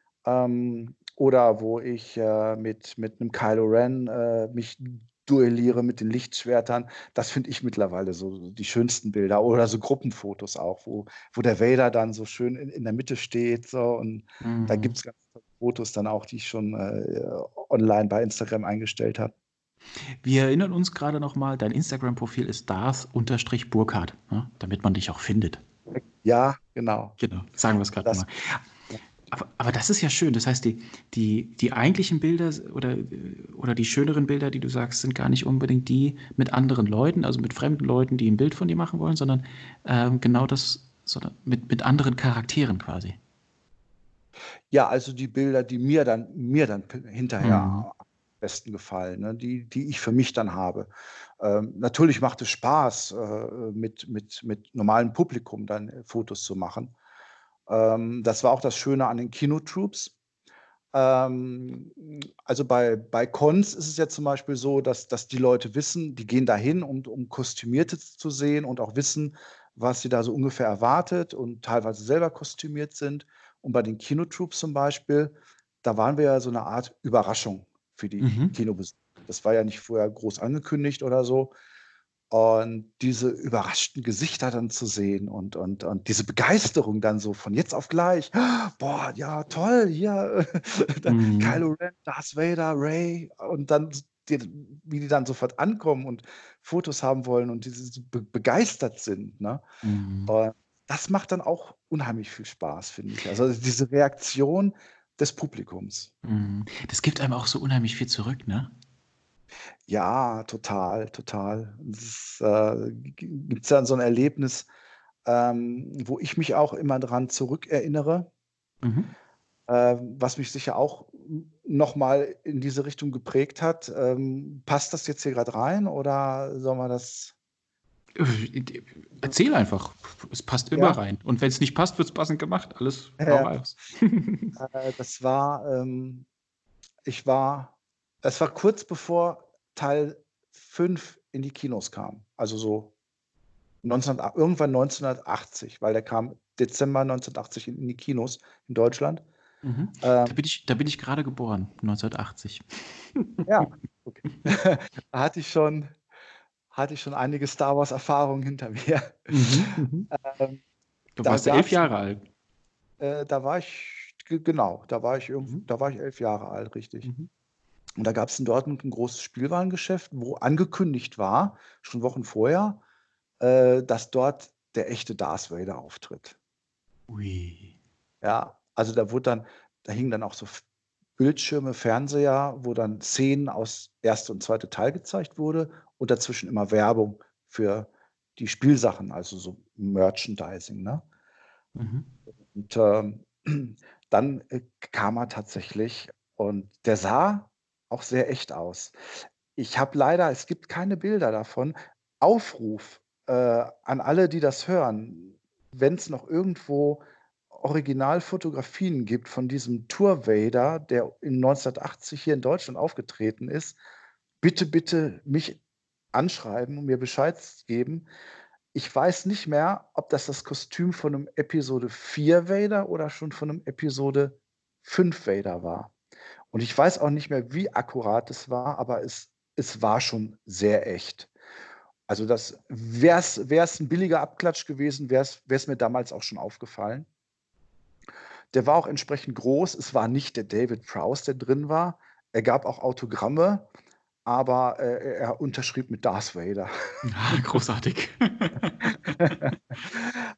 Oder wo ich mit einem Kylo Ren mich duelliere mit den Lichtschwertern. Das finde ich mittlerweile so die schönsten Bilder. Oder so Gruppenfotos auch, wo der Vader dann so schön in der Mitte steht. So. Und da gibt Mhm. es ganz tolle Fotos dann auch, die ich schon online bei Instagram eingestellt habe. Wir erinnern uns gerade nochmal, dein Instagram-Profil ist Darth-Burkhardt, ne? Damit man dich auch findet. Ja, genau. Genau, sagen wir es gerade Das, nochmal. Aber das ist ja schön. Das heißt, die eigentlichen Bilder oder die schöneren Bilder, die du sagst, sind gar nicht unbedingt die mit anderen Leuten, also mit fremden Leuten, die ein Bild von dir machen wollen, sondern genau das, sondern mit anderen Charakteren quasi. ja, also die Bilder, die mir dann hinterher Mhm. am besten gefallen, ne, die ich für mich dann habe. Natürlich macht es Spaß, mit normalem Publikum dann Fotos zu machen. Das war auch das Schöne an den Kinotroops. Ähm, also bei Cons ist es ja zum Beispiel so, dass die Leute wissen, die gehen dahin, um Kostümierte zu sehen und auch wissen, was sie da so ungefähr erwartet und teilweise selber kostümiert sind. Und bei den Kinotroops zum Beispiel, da waren wir ja so eine Art Überraschung für die Mhm. Kinobesucher. Das war ja nicht vorher groß angekündigt oder so. Und diese überraschten Gesichter dann zu sehen und diese Begeisterung dann so von jetzt auf gleich. Boah, ja, toll, hier, Mhm. Kylo Ren, Darth Vader, Rey und dann, wie die dann sofort ankommen und Fotos haben wollen und die so begeistert sind. Ne? Mhm. Und das macht dann auch unheimlich viel Spaß, finde ich. Also diese Reaktion des Publikums. Mhm. Das gibt einem auch so unheimlich viel zurück, ne? Ja, total, total. Gibt es dann so ein Erlebnis, wo ich mich auch immer dran zurückerinnere, Mhm. was mich sicher auch noch mal in diese Richtung geprägt hat. Passt das jetzt hier gerade rein oder soll man das Erzähl einfach. Es passt immer ja? rein. Und wenn es nicht passt, wird es passend gemacht. Alles hau Ja, raus. das war ich war es war kurz bevor Teil 5 in die Kinos kam, also so 1980, weil der kam Dezember 1980 in die Kinos in Deutschland. Mhm. Ähm, Da bin ich gerade geboren, 1980. ja, okay. Da hatte ich schon einige Star-Wars-Erfahrungen hinter mir. Mhm, mhm. Ähm, Da da warst du 11 gab's Jahre alt. da war ich genau, Mhm. da war ich 11 Jahre alt, richtig. Mhm. Und da gab's in Dortmund 'n großes Spielwarengeschäft, wo angekündigt war, schon Wochen vorher, dass dort der echte Darth Vader auftritt. Ui. Ja, also da hingen dann auch so Bildschirme, Fernseher, wo dann Szenen aus erste und zweite Teil gezeigt wurde und dazwischen immer Werbung für die Spielsachen, also so Merchandising, ne? Mhm. Und, dann, kam er tatsächlich und der sah auch sehr echt aus. Ich habe leider es gibt keine Bilder davon. Aufruf, an alle, die das hören, wenn es noch irgendwo Originalfotografien gibt von diesem Tour Vader, der in 1980 hier in Deutschland aufgetreten ist, bitte, bitte mich anschreiben und mir Bescheid geben. Ich weiß nicht mehr, ob das Kostüm von 'nem Episode 4 Vader oder schon von 'nem Episode 5 Vader war. Und ich weiß auch nicht mehr, wie akkurat es war, aber es war schon sehr echt. Also, das wär's 'n billiger Abklatsch gewesen, wär's mir damals auch schon aufgefallen. Der war auch entsprechend groß. Es war nicht der David Prowse, der drin war. Er gab auch Autogramme, aber, er unterschrieb mit Darth Vader. Ah, großartig.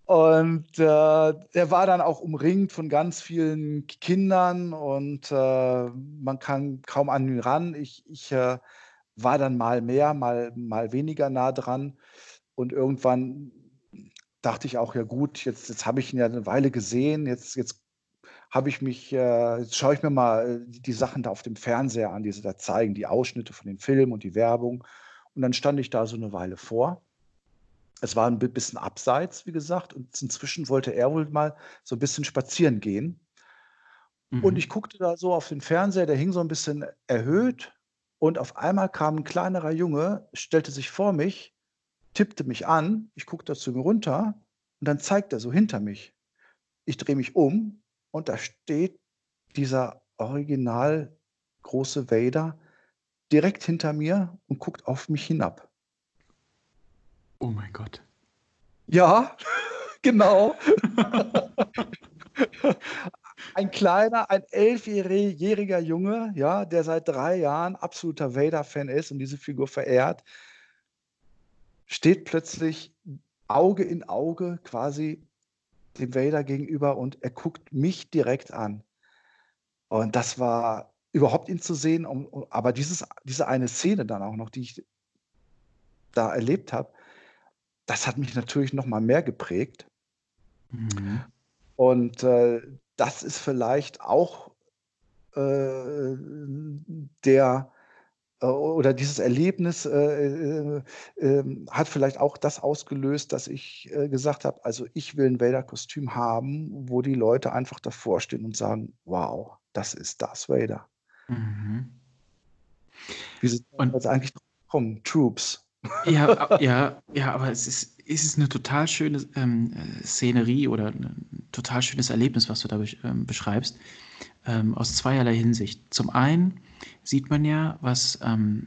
Und er war dann auch umringt von ganz vielen Kindern und man kann kaum an ihn ran. Ich war dann mal mehr, mal weniger nah dran. Und irgendwann dachte ich auch, ja gut, jetzt habe ich ihn ja eine Weile gesehen, jetzt habe ich mich, jetzt schaue ich mir mal die Sachen da auf dem Fernseher an, die sie da zeigen, die Ausschnitte von den Filmen und die Werbung. Und dann stand ich da so eine Weile vor. Es war ein bisschen abseits, wie gesagt, und inzwischen wollte er wohl mal so ein bisschen spazieren gehen. Und ich Mhm. guckte da so auf den Fernseher, der hing so ein bisschen erhöht und auf einmal kam ein kleinerer Junge, stellte sich vor mich, tippte mich an, ich guckte zu ihm runter und dann zeigt er so hinter mich. Ich drehe mich um und da steht dieser original große Vader direkt hinter mir und guckt auf mich hinab. Oh mein Gott. Ja, genau. Ein kleiner, ein 11-jähriger Junge, ja, der seit 3 Jahren absoluter Vader-Fan ist und diese Figur verehrt, steht plötzlich Auge in Auge quasi dem Vader gegenüber und er guckt mich direkt an. Und das war überhaupt ihn zu sehen, aber diese eine Szene dann auch noch, die ich da erlebt habe, das hat mich natürlich noch mal mehr geprägt. Mhm. Und das ist vielleicht auch der oder dieses Erlebnis hat vielleicht auch das ausgelöst, dass ich gesagt habe, also ich will ein Vader-Kostüm haben, wo die Leute einfach davor stehen und sagen, wow, das ist Darth Vader. Mhm. Wie sind wir Und jetzt eigentlich drauf gekommen? Troops. ja, aber es ist eine total schöne Szenerie oder ein total schönes Erlebnis, was du da beschreibst, aus zweierlei Hinsicht. Zum einen sieht man ja, was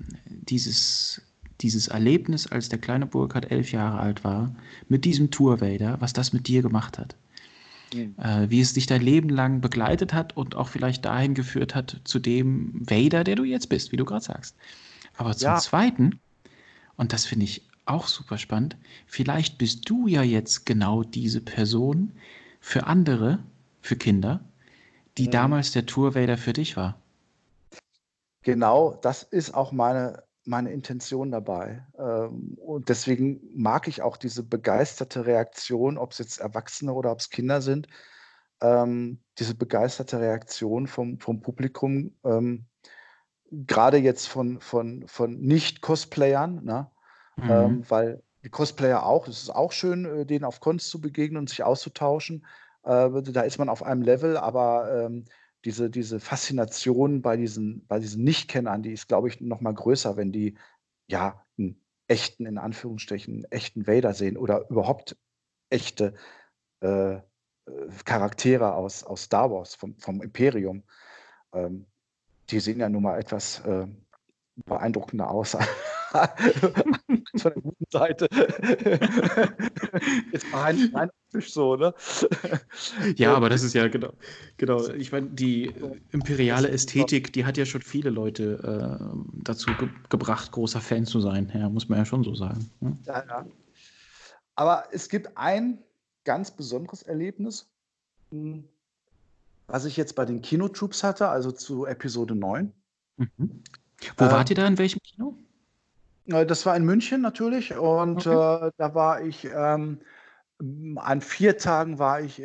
dieses Erlebnis, als der kleine Burkhard 11 Jahre alt war, mit diesem Tour-Vader, was das mit dir gemacht hat. Mhm. Wie es dich dein Leben lang begleitet hat und auch vielleicht dahin geführt hat zu dem Vader, der du jetzt bist, wie du gerade sagst. Aber zum Ja, Zweiten, und das finde ich auch super spannend, vielleicht bist du ja jetzt genau diese Person für andere, für Kinder, die mhm. damals der Tour-Vader für dich war. Genau, das ist auch meine Intention dabei. Und deswegen mag ich auch diese begeisterte Reaktion, ob es jetzt Erwachsene oder ob es Kinder sind, diese begeisterte Reaktion vom Publikum, grade jetzt von Nicht-Cosplayern, ne? Mhm. Weil die Cosplayer auch es ist auch schön, denen auf Cons zu begegnen und sich auszutauschen. Da ist man auf einem Level, aber, diese Faszination bei diesen Nichtkennern, die ist, glaube ich, noch mal größer, wenn die, ja, 'n echten in Anführungsstrichen, echten Vader sehen oder überhaupt echte, äh, Charaktere aus Star Wars, vom Imperium. Ähm, Die sehen ja nun mal etwas, beeindruckender aus von der guten Seite. Jetzt mal rein optisch so, ne? Ja, aber das ist ja genau. Ich meine, die So, imperiale das Ästhetik, die hat ja schon viele Leute dazu gebracht, großer Fan zu sein. Ja, muss man ja schon so sagen. Ne? ja, ja. Aber es gibt ein ganz besonderes Erlebnis, hm, was ich jetzt bei den Kinotroops hatte, also zu Episode 9. Mhm. Wo wart ihr Ähm, da? In welchem Kino? Das war in München natürlich und, Okay. da war ich, an 4 Tagen war ich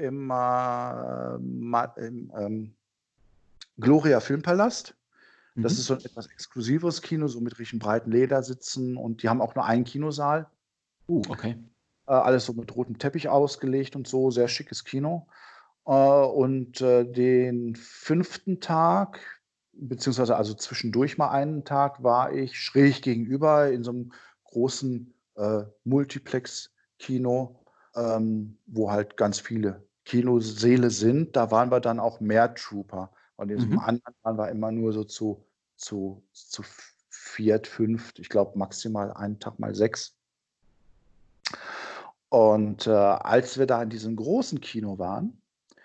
im Gloria Filmpalast. Das ist Mhm. so 'n etwas exklusiveres Kino, so mit richtig breiten Ledersitzen und die haben auch nur einen Kinosaal. Okay. Alles so mit rotem Teppich ausgelegt und so, sehr schickes Kino. Und den 5. Tag, beziehungsweise also zwischendurch mal einen Tag, war ich schräg gegenüber in so 'nem großen, Multiplex-Kino, wo halt ganz viele Kinosäle sind. Da waren wir dann auch mehr Trooper. Bei diesem Mhm. anderen waren wir immer nur so zu viert, fünft, ich glaube maximal einen Tag mal 6. Und als wir da in diesem großen Kino waren,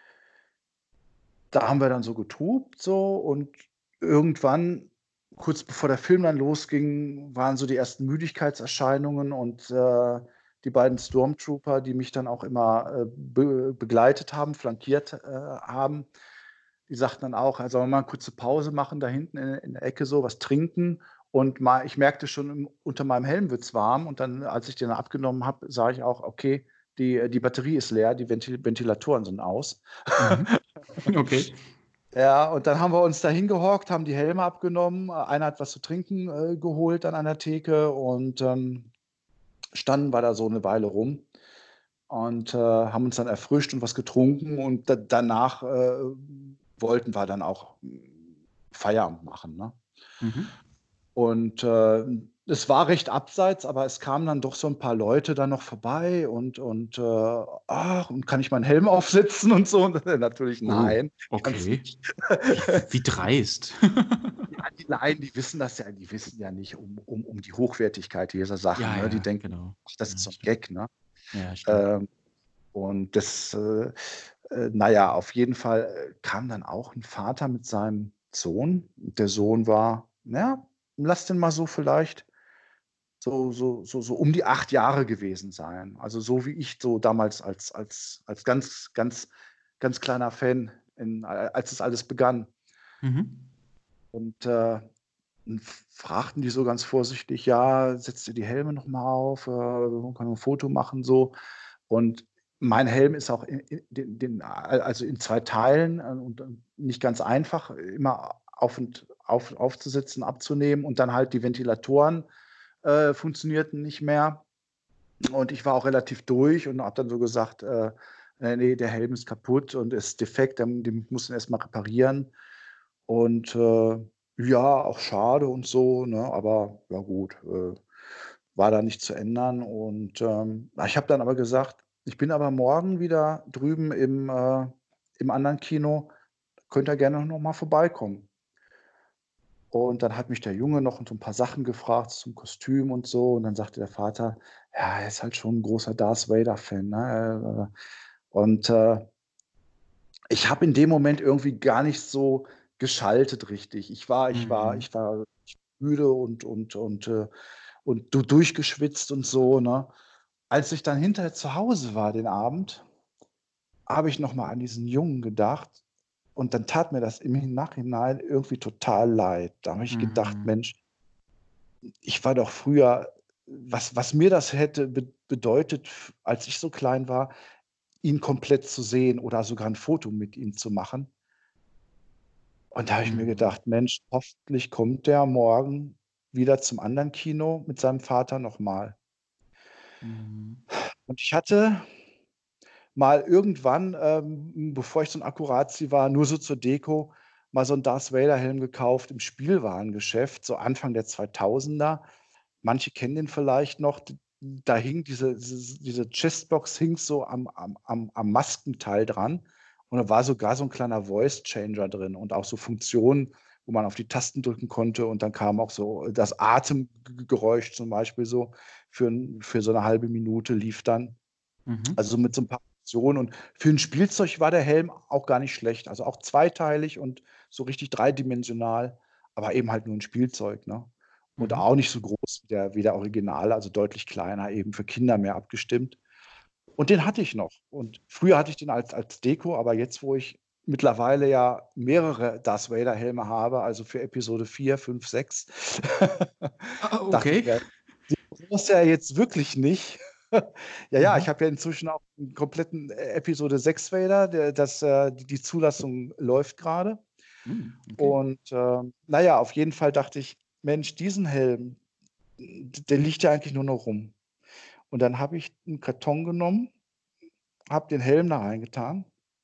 da haben wir dann so getobt so und irgendwann, kurz bevor der Film dann losging, waren so die ersten Müdigkeitserscheinungen und die beiden Stormtrooper, die mich dann auch immer begleitet haben, flankiert haben, die sagten dann auch, sollen wir mal eine kurze Pause machen, da hinten in der Ecke so, was trinken. Und ich merkte schon, unter meinem Helm wird es warm. Und dann, als ich den abgenommen habe, sah ich auch, okay, die Batterie ist leer, die Ventilatoren sind aus. Mhm. Okay. Ja, und dann haben wir uns da hingehockt, haben die Helme abgenommen. Einer hat was zu trinken geholt dann an der Theke und standen wir da so eine Weile rum und haben uns dann erfrischt und was getrunken und danach wollten wir dann auch Feierabend machen. Ne? Mhm. Und es war recht abseits, aber es kamen dann doch so ein paar Leute dann noch vorbei und ach, und kann ich meinen Helm aufsetzen und so? Und natürlich Oh, nein, kann's okay. nicht. Wie dreist. Ja, die Laien, die wissen das ja, die wissen ja nicht um die Hochwertigkeit dieser Sachen. Ja, Ne? Die ja, denken, genau. ach, das ist Ja, so ein stimmt. Gag, ne? Ja, stimmt. Ähm, und das, naja, auf jeden Fall kam dann auch ein Vater mit seinem Sohn. Der Sohn war, ja, lass den mal so vielleicht so um die 8 Jahre gewesen sein. Also so wie ich so damals als ganz kleiner Fan, als es alles begann. Mhm. Und fragten die so ganz vorsichtig, ja, setzt ihr die Helme noch mal auf, wir können ein Foto machen so. Und mein Helm ist auch also in 2 Teilen und nicht ganz einfach, immer aufzusetzen, abzunehmen und dann halt die Ventilatoren funktionierten nicht mehr. Und ich war auch relativ durch und habe dann so gesagt, nee, der Helm ist kaputt und ist defekt, den muss ich erst mal reparieren. Und ja, auch schade und so, ne? Aber ja gut, war da nicht zu ändern. Und ich habe dann aber gesagt, ich bin aber morgen wieder drüben im anderen Kino, könnt ihr gerne noch mal vorbeikommen. Und dann hat mich der Junge noch so ein paar Sachen gefragt zum Kostüm und so. Und dann sagte der Vater, ja, er ist halt schon ein großer Darth Vader-Fan. Ne? Und ich habe in dem Moment irgendwie gar nicht so geschaltet richtig. Mhm. Ich war müde und du durchgeschwitzt und so, ne? Als ich dann hinterher zu Hause war den Abend, habe ich noch mal an diesen Jungen gedacht und dann tat mir das im Nachhinein irgendwie total leid. Da habe ich gedacht: Mhm. „Mensch, ich war doch früher was mir das hätte bedeutet, als ich so klein war, ihn komplett zu sehen oder sogar 'n Foto mit ihm zu machen.“ Und da habe ich mir Mhm. gedacht: „Mensch, hoffentlich kommt der morgen wieder zum anderen Kino mit seinem Vater noch mal.“ Mhm. Und ich hatte mal irgendwann, bevor ich so 'n Akkurazzi war, nur so zur Deko, mal so 'n Darth-Vader-Helm gekauft im Spielwarengeschäft, so Anfang der 2000er. Manche kennen den vielleicht noch. Da hing diese Chestbox hing so am Maskenteil dran und da war sogar so 'n kleiner Voice Changer drin und auch so Funktionen, wo man auf die Tasten drücken konnte und dann kam auch so das Atemgeräusch zum Beispiel so für so 'ne halbe Minute lief dann. Mhm. Also, so mit so 'n paar Funktionen und für 'n Spielzeug war der Helm auch gar nicht schlecht. Also, auch zweiteilig und so richtig dreidimensional, aber eben halt nur 'n Spielzeug, ne? Und Mhm. auch nicht so groß wie der Originale, also deutlich kleiner, eben für Kinder mehr abgestimmt. Und den hatte ich noch. Und früher hatte ich den als Deko, aber jetzt, wo ich mittlerweile ja mehrere Darth Vader Helme habe, also für Episode 4, 5, 6, Ah, dachte ich okay. mir: „Brauchst du ja jetzt wirklich nicht.“ Ja, ja, ich Mhm. habe ja inzwischen auch 'n kompletten Episode 6 Vader, die Zulassung läuft grade. Mhm. Okay. Und, na ja, auf jeden Fall dachte ich: „Mensch, diesen Helm, der liegt ja eigentlich nur noch rum.“ Und dann habe ich 'n Karton genommen, habe den Helm da reingetan,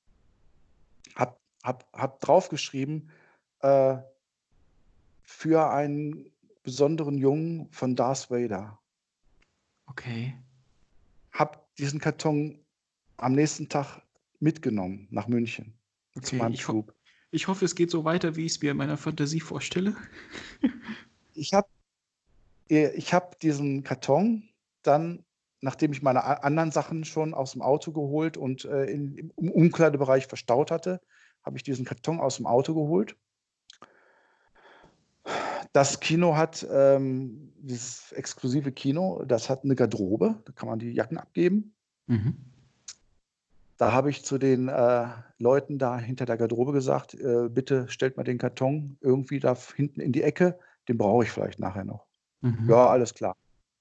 habe draufgeschrieben, äh, „Für einen besonderen Jungen von Darth Vader.“ Okay. Habe diesen Karton am nächsten Tag mitgenommen nach München zu Okay. meinem Flug. Ich hoffe, es geht so weiter, wie ich's mir in meiner Fantasie vorstelle. Ich habe ich habe diesen Karton dann, nachdem ich meine a anderen Sachen schon aus'm Auto geholt und, im Umkleidebereich verstaut hatte, habe ich diesen Karton aus'm Auto geholt, Das Kino hat, dieses exklusive Kino, das hat eine Garderobe, da kann man die Jacken abgeben. Mhm. Da habe ich zu den Leuten da hinter der Garderobe gesagt, bitte stellt mal den Karton irgendwie da hinten in die Ecke, den brauche ich vielleicht nachher noch. Mhm. Ja, alles klar.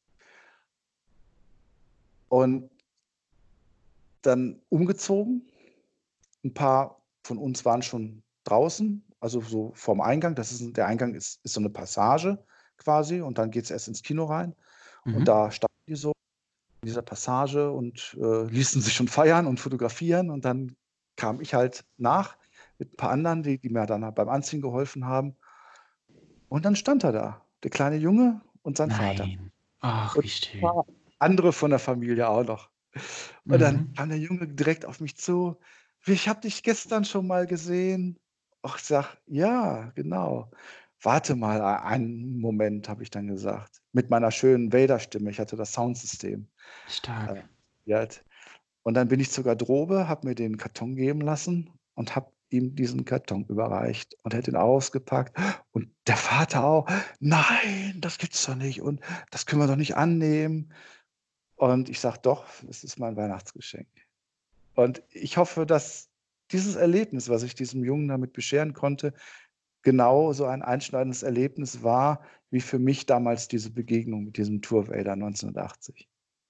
Und dann umgezogen. Ein paar von uns waren schon draußen, also so vorm Eingang. Der Eingang ist so eine Passage quasi und dann geht es erst ins Kino rein. Und Mhm. da standen die so in dieser Passage und ließen sich schon feiern und fotografieren. Und dann kam ich halt nach mit ein paar anderen, die mir dann halt beim Anziehen geholfen haben. Und dann stand er da, der kleine Junge und sein Vater. Nein. Ach, Und wie ein schön. paar andere von der Familie auch noch. Und dann Mhm. kam der Junge direkt auf mich zu. Ich habe dich gestern schon mal gesehen. Ach, ich sag, ja, genau. Warte mal einen Moment, habe ich dann gesagt. Mit meiner schönen Vader-Stimme. Ich hatte das Soundsystem. Stark. Ja. Und dann bin ich zur Garderobe, habe mir den Karton geben lassen und habe ihm diesen Karton überreicht und er hat ihn ausgepackt. Und der Vater auch, nein, das gibt's doch nicht und das können wir doch nicht annehmen. Und ich sage, doch, es ist mein Weihnachtsgeschenk. Und ich hoffe, dass dieses Erlebnis, was ich diesem Jungen damit bescheren konnte, genau so ein einschneidendes Erlebnis war, wie für mich damals diese Begegnung mit diesem Tour Vader 1980.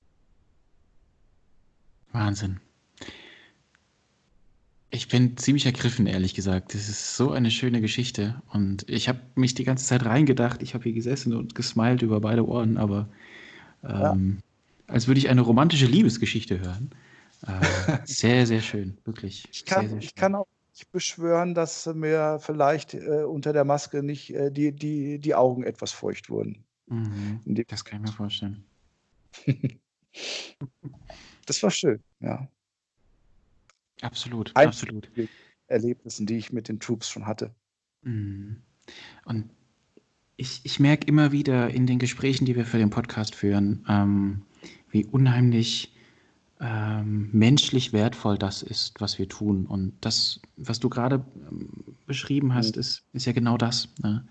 Wahnsinn. Ich bin ziemlich ergriffen, ehrlich gesagt. Das ist so eine schöne Geschichte. Und ich habe mich die ganze Zeit reingedacht. Ich habe hier gesessen und gesmiled über beide Ohren, aber Ja. als würde ich eine romantische Liebesgeschichte hören. Sehr, sehr schön. Wirklich. Sehr, sehr Ich schön. kann auch nicht beschwören, dass mir vielleicht unter der Maske nicht die Augen etwas feucht wurden. Mhm. In dem Das kann ich mir Moment. vorstellen. Das war schön, ja. Absolut, Eins absolut. von den Erlebnissen, die ich mit den Troops schon hatte. Mhm. Und ich merke immer wieder in den Gesprächen, die wir für den Podcast führen, wie unheimlich menschlich wertvoll das ist, was wir tun. Und das, was du gerade beschrieben Mhm. hast, ist ja genau das. Ne?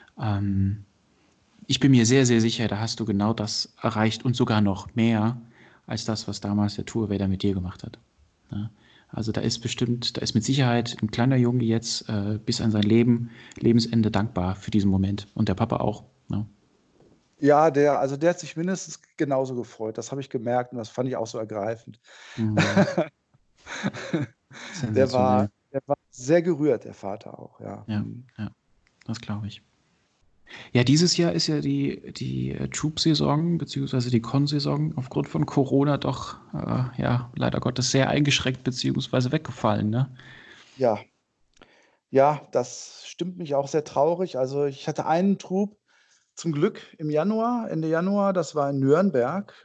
Ich bin mir sehr, sehr sicher, da hast du genau das erreicht und sogar noch mehr als das, was damals der Tour Vader mit dir gemacht hat. Ne? Also da ist mit Sicherheit ein kleiner Junge jetzt bis an sein Lebensende dankbar für diesen Moment. Und der Papa auch. Ne? Ja, der hat sich mindestens genauso gefreut. Das habe ich gemerkt und das fand ich auch so ergreifend. Mhm. Sensationell. Der war sehr gerührt, der Vater auch, ja. Ja, ja, das glaube ich. Ja, dieses Jahr ist ja die Troop-Saison beziehungsweise die Con-Saison aufgrund von Corona doch ja, leider Gottes sehr eingeschränkt beziehungsweise weggefallen, ne? Ja, ja, das stimmt mich auch sehr traurig. Also ich hatte einen Trub zum Glück im Januar, Ende Januar, das war in Nürnberg.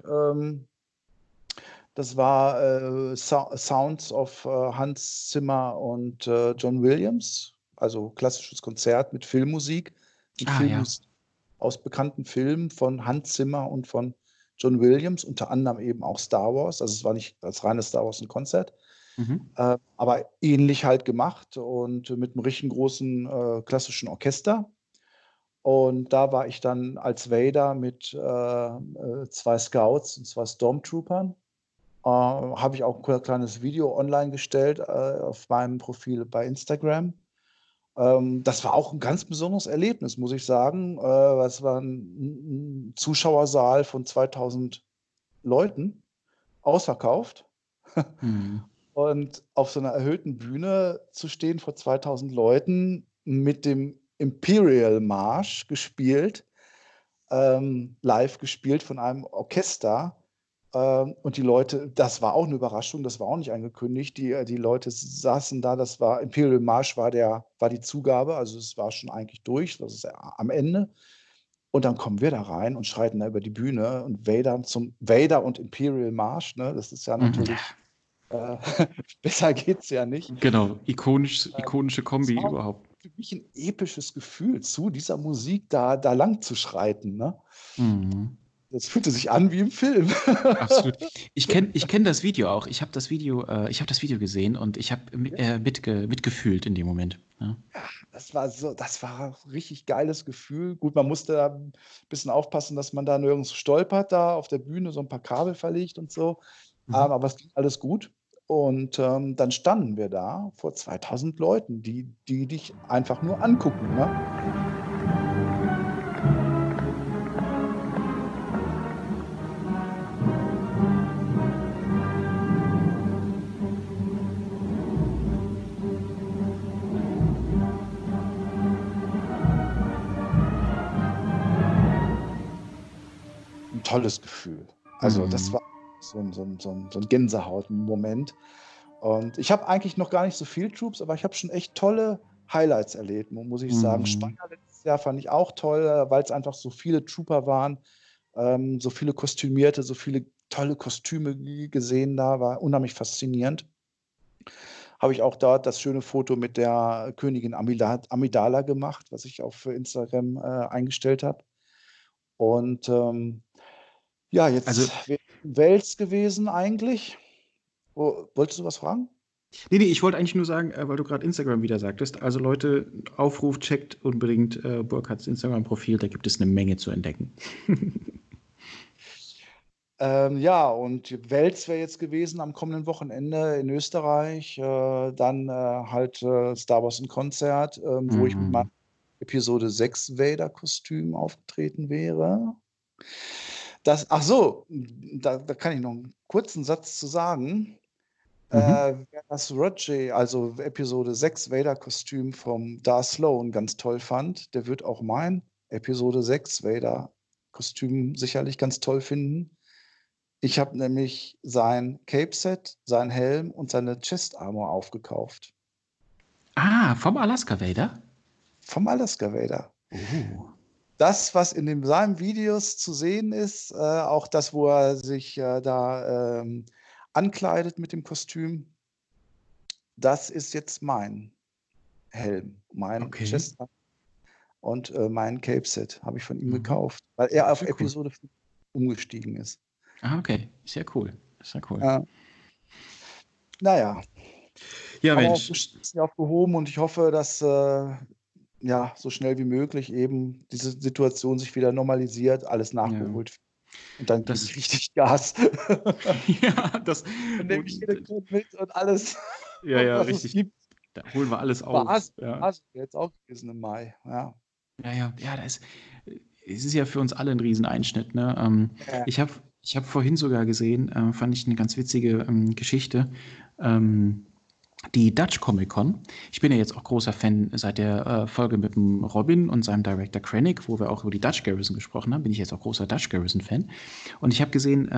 Das war Sounds of Hans Zimmer und John Williams, also klassisches Konzert mit Ah ja. Filmmusik aus bekannten Filmen von Hans Zimmer und von John Williams, unter anderem eben auch Star Wars. Also es war nicht als reines Star Wars ein Konzert, Mhm. aber ähnlich halt gemacht und mit einem richtig großen klassischen Orchester. Und da war ich dann als Vader mit zwei Scouts und zwei Stormtroopern. Habe ich auch ein kleines Video online gestellt auf meinem Profil bei Instagram. Das war auch ein ganz besonderes Erlebnis, muss ich sagen. Es war ein Zuschauersaal von 2000 Leuten, ausverkauft. Mhm. Und auf so einer erhöhten Bühne zu stehen vor 2000 Leuten mit dem Imperial Marsch gespielt, live gespielt von einem Orchester. Und die Leute, das war auch eine Überraschung, das war auch nicht angekündigt. Die Leute saßen da, das war Imperial Marsch war die Zugabe, also es war schon eigentlich durch, das ist ja am Ende. Und dann kommen wir da rein und schreiten da über die Bühne und Vader und Imperial Marsch, ne? Das ist ja Mhm. natürlich äh, besser geht's ja nicht. Genau, ikonische Es Kombi war überhaupt. für mich ein episches Gefühl, zu dieser Musik da lang zu schreiten, ne? Mhm. Das fühlte sich an wie im Film. Absolut. Ich kenn das Video auch. Ich habe das Video gesehen und ich habe mitgefühlt in dem Moment. Ja. Das war ein richtig geiles Gefühl. Gut, man musste da ein bisschen aufpassen, dass man da nirgends stolpert, da auf der Bühne so ein paar Kabel verlegt und so. Mhm. Aber es ging alles gut. Und dann standen wir da vor 2000 Leuten, die dich einfach nur angucken. Ne? Ein tolles Gefühl. Also das Mhm. war so ein Gänsehaut-Moment. Und ich habe eigentlich noch gar nicht so viel Troops, aber ich habe schon echt tolle Highlights erlebt, muss ich sagen. Mhm. Speyer letztes Jahr fand ich auch toll, weil es einfach so viele Trooper waren, so viele Kostümierte, so viele tolle Kostüme gesehen da, war unheimlich faszinierend. Habe ich auch dort das schöne Foto mit der Königin Amidala gemacht, was ich auf Instagram eingestellt habe. Und ja, Also, jetzt wäre Wels gewesen eigentlich. Wolltest du was fragen? nee, ich wollte eigentlich nur sagen, weil du gerade Instagram wieder sagtest, also Leute, Aufruf, checkt unbedingt Burkhards Instagram-Profil, da gibt es eine Menge zu entdecken. Ja, und Wels wäre jetzt gewesen am kommenden Wochenende in Österreich. Dann halt Star Wars ein Konzert, wo ich mit meinem Mhm. Episode 6 Vader-Kostüm aufgetreten wäre. Ach so, da kann ich noch einen kurzen Satz zu sagen. Mhm. Wer das Roger, also Episode 6 Vader-Kostüm vom Darth Sloan ganz toll fand, der wird auch mein Episode 6 Vader-Kostüm sicherlich ganz toll finden. Ich habe nämlich sein Cape-Set, seinen Helm und seine Chest-Armor aufgekauft. Ah, vom Alaska Vader? Vom Alaska Vader. Oh. Das, was in seinen Videos zu sehen ist, auch das, wo er sich da ankleidet mit dem Kostüm, das ist jetzt mein Helm, mein Okay. Chest und mein Cape-Set habe ich von ihm Mhm. gekauft, weil er auf Sehr cool. Episode 5 umgestiegen ist. Ah, okay. Sehr cool. Sehr cool. Äh, naja, Ja, haben wir auch Mensch. ein bisschen aufgehoben und ich hoffe, dass ja, so schnell wie möglich eben diese Situation sich wieder normalisiert, alles Ja, nachgeholt. Und dann gebe das, ich richtig Gas. ja, das, Dann nehme ich und, jede Code mit und alles, ja, ja, was es richtig. gibt. Da holen wir alles auf. Basel, Ja, Basel jetzt auch gewesen im Mai. Ja. ja, es ist ja für uns alle ein Rieseneinschnitt, ne? Ja. Ich hab vorhin sogar gesehen, fand ich eine ganz witzige Geschichte. Ähm, Die Dutch Comic Con. Ich bin ja jetzt auch großer Fan seit der Folge mit dem Robin und seinem Director Krennic, wo wir auch über die Dutch Garrison gesprochen haben, bin ich jetzt auch großer Dutch Garrison-Fan. Und ich habe gesehen,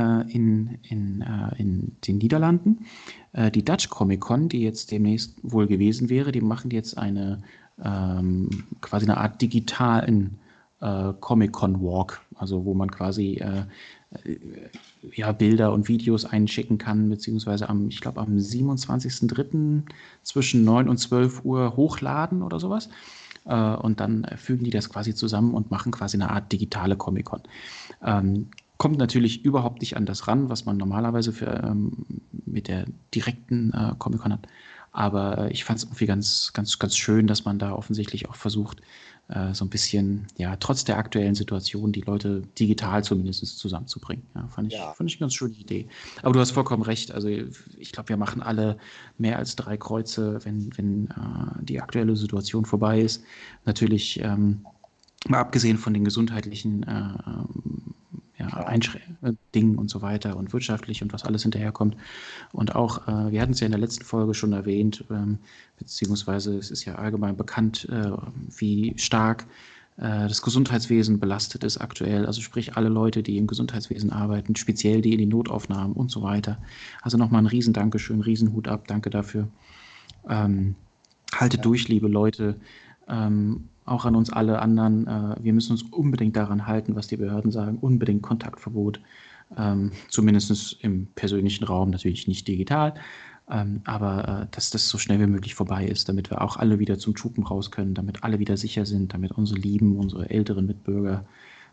in den Niederlanden, die Dutch Comic Con, die jetzt demnächst wohl gewesen wäre, die machen jetzt quasi eine Art digitalen Comic-Con-Walk, also wo man quasi ja, Bilder und Videos einschicken kann, beziehungsweise ich glaube, am 27.03. zwischen 9 und 12 Uhr hochladen oder sowas. Und dann fügen die das quasi zusammen und machen quasi eine Art digitale Comic-Con. Kommt natürlich überhaupt nicht an das ran, was man normalerweise mit der direkten Comic-Con hat. Aber ich fand es irgendwie ganz schön, dass man da offensichtlich auch versucht, so ein bisschen, ja, trotz der aktuellen Situation, die Leute digital zumindest zusammenzubringen. Ja, Ja. fand ich eine ganz schöne Idee. Aber du hast vollkommen recht. Also ich glaube, wir machen alle mehr als 3 Kreuze, wenn die aktuelle Situation vorbei ist. Natürlich, mal abgesehen von den gesundheitlichen ja, Dingen und so weiter und wirtschaftlich und was alles hinterherkommt. Und auch, wir hatten es ja in der letzten Folge schon erwähnt, beziehungsweise es ist ja allgemein bekannt, wie stark das Gesundheitswesen belastet ist aktuell. Also sprich alle Leute, die im Gesundheitswesen arbeiten, speziell die in den Notaufnahmen und so weiter. Also nochmal ein riesen Dankeschön, riesen Hut ab, danke dafür. Haltet durch, liebe Leute. Auch an uns alle anderen. Wir müssen uns unbedingt daran halten, was die Behörden sagen. Unbedingt Kontaktverbot. Zumindest im persönlichen Raum, natürlich nicht digital. Aber dass das so schnell wie möglich vorbei ist, damit wir auch alle wieder zum Truppen raus können, damit alle wieder sicher sind, damit unsere Lieben, unsere älteren Mitbürger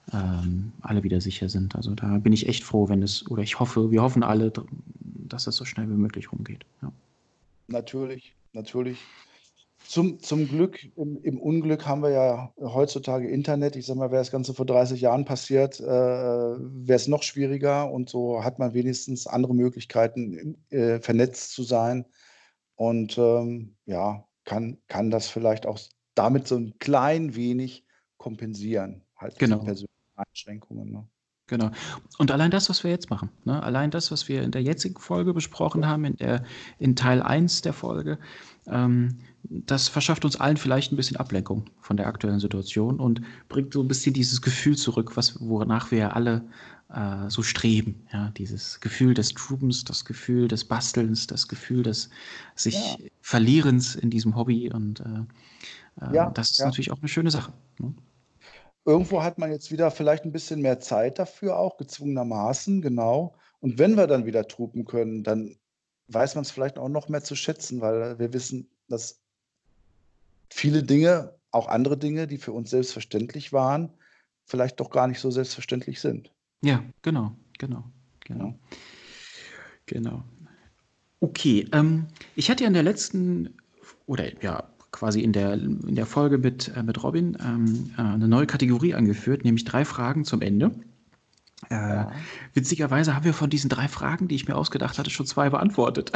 alle wieder sicher sind. Also da bin ich echt froh, wir hoffen alle, dass das so schnell wie möglich rumgeht. Ja. Natürlich, natürlich. Zum Glück, im Unglück haben wir ja heutzutage Internet. Ich sag mal, wäre das Ganze vor 30 Jahren passiert, wäre es noch schwieriger. Und so hat man wenigstens andere Möglichkeiten, vernetzt zu sein. Und ja, kann das vielleicht auch damit so ein klein wenig kompensieren, halt die Genau. persönlichen Einschränkungen. Ne? Genau. Und allein das, was wir jetzt machen, ne? Allein das, was wir in der jetzigen Folge besprochen haben, in Teil 1 der Folge, das verschafft uns allen vielleicht ein bisschen Ablenkung von der aktuellen Situation und bringt so ein bisschen dieses Gefühl zurück, wonach wir alle so streben. Ja? Dieses Gefühl des Trubens, das Gefühl des Bastelns, das Gefühl des Ja, sich Verlierens in diesem Hobby. Und ja, das ist ja. natürlich auch eine schöne Sache. Ne? Irgendwo hat man jetzt wieder vielleicht ein bisschen mehr Zeit dafür auch, gezwungenermaßen, genau. Und wenn wir dann wieder truppen können, dann weiß man es vielleicht auch noch mehr zu schätzen, weil wir wissen, dass viele Dinge, auch andere Dinge, die für uns selbstverständlich waren, vielleicht doch gar nicht so selbstverständlich sind. Ja, genau, genau, genau, Ne? genau. Okay, ich hatte ja in der letzten oder ja, quasi in der Folge mit Robin eine neue Kategorie angeführt, nämlich 3 Fragen zum Ende. Äh, Ja. Witzigerweise haben wir von diesen 3 Fragen, die ich mir ausgedacht hatte, schon 2 beantwortet.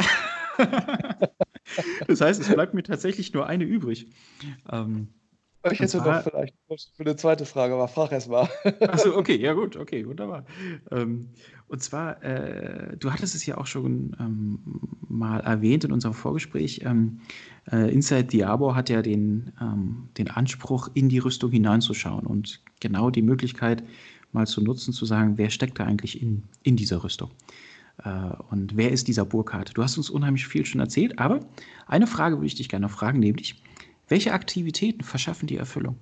Das heißt, es bleibt mir tatsächlich nur eine übrig. Ähm, Ich und hätte noch zwar vielleicht für eine zweite Frage, aber frag erst mal. Achso, okay, ja gut, okay, wunderbar. Und zwar, du hattest es ja auch schon mal erwähnt in unserem Vorgespräch. Inside Diabo hat ja den Anspruch, in die Rüstung hineinzuschauen und genau die Möglichkeit mal zu nutzen, zu sagen, wer steckt da eigentlich in dieser Rüstung? Und wer ist dieser Burkhardt? Du hast uns unheimlich viel schon erzählt, aber eine Frage würde ich dich gerne noch fragen, nämlich, welche Aktivitäten verschaffen die Erfüllung?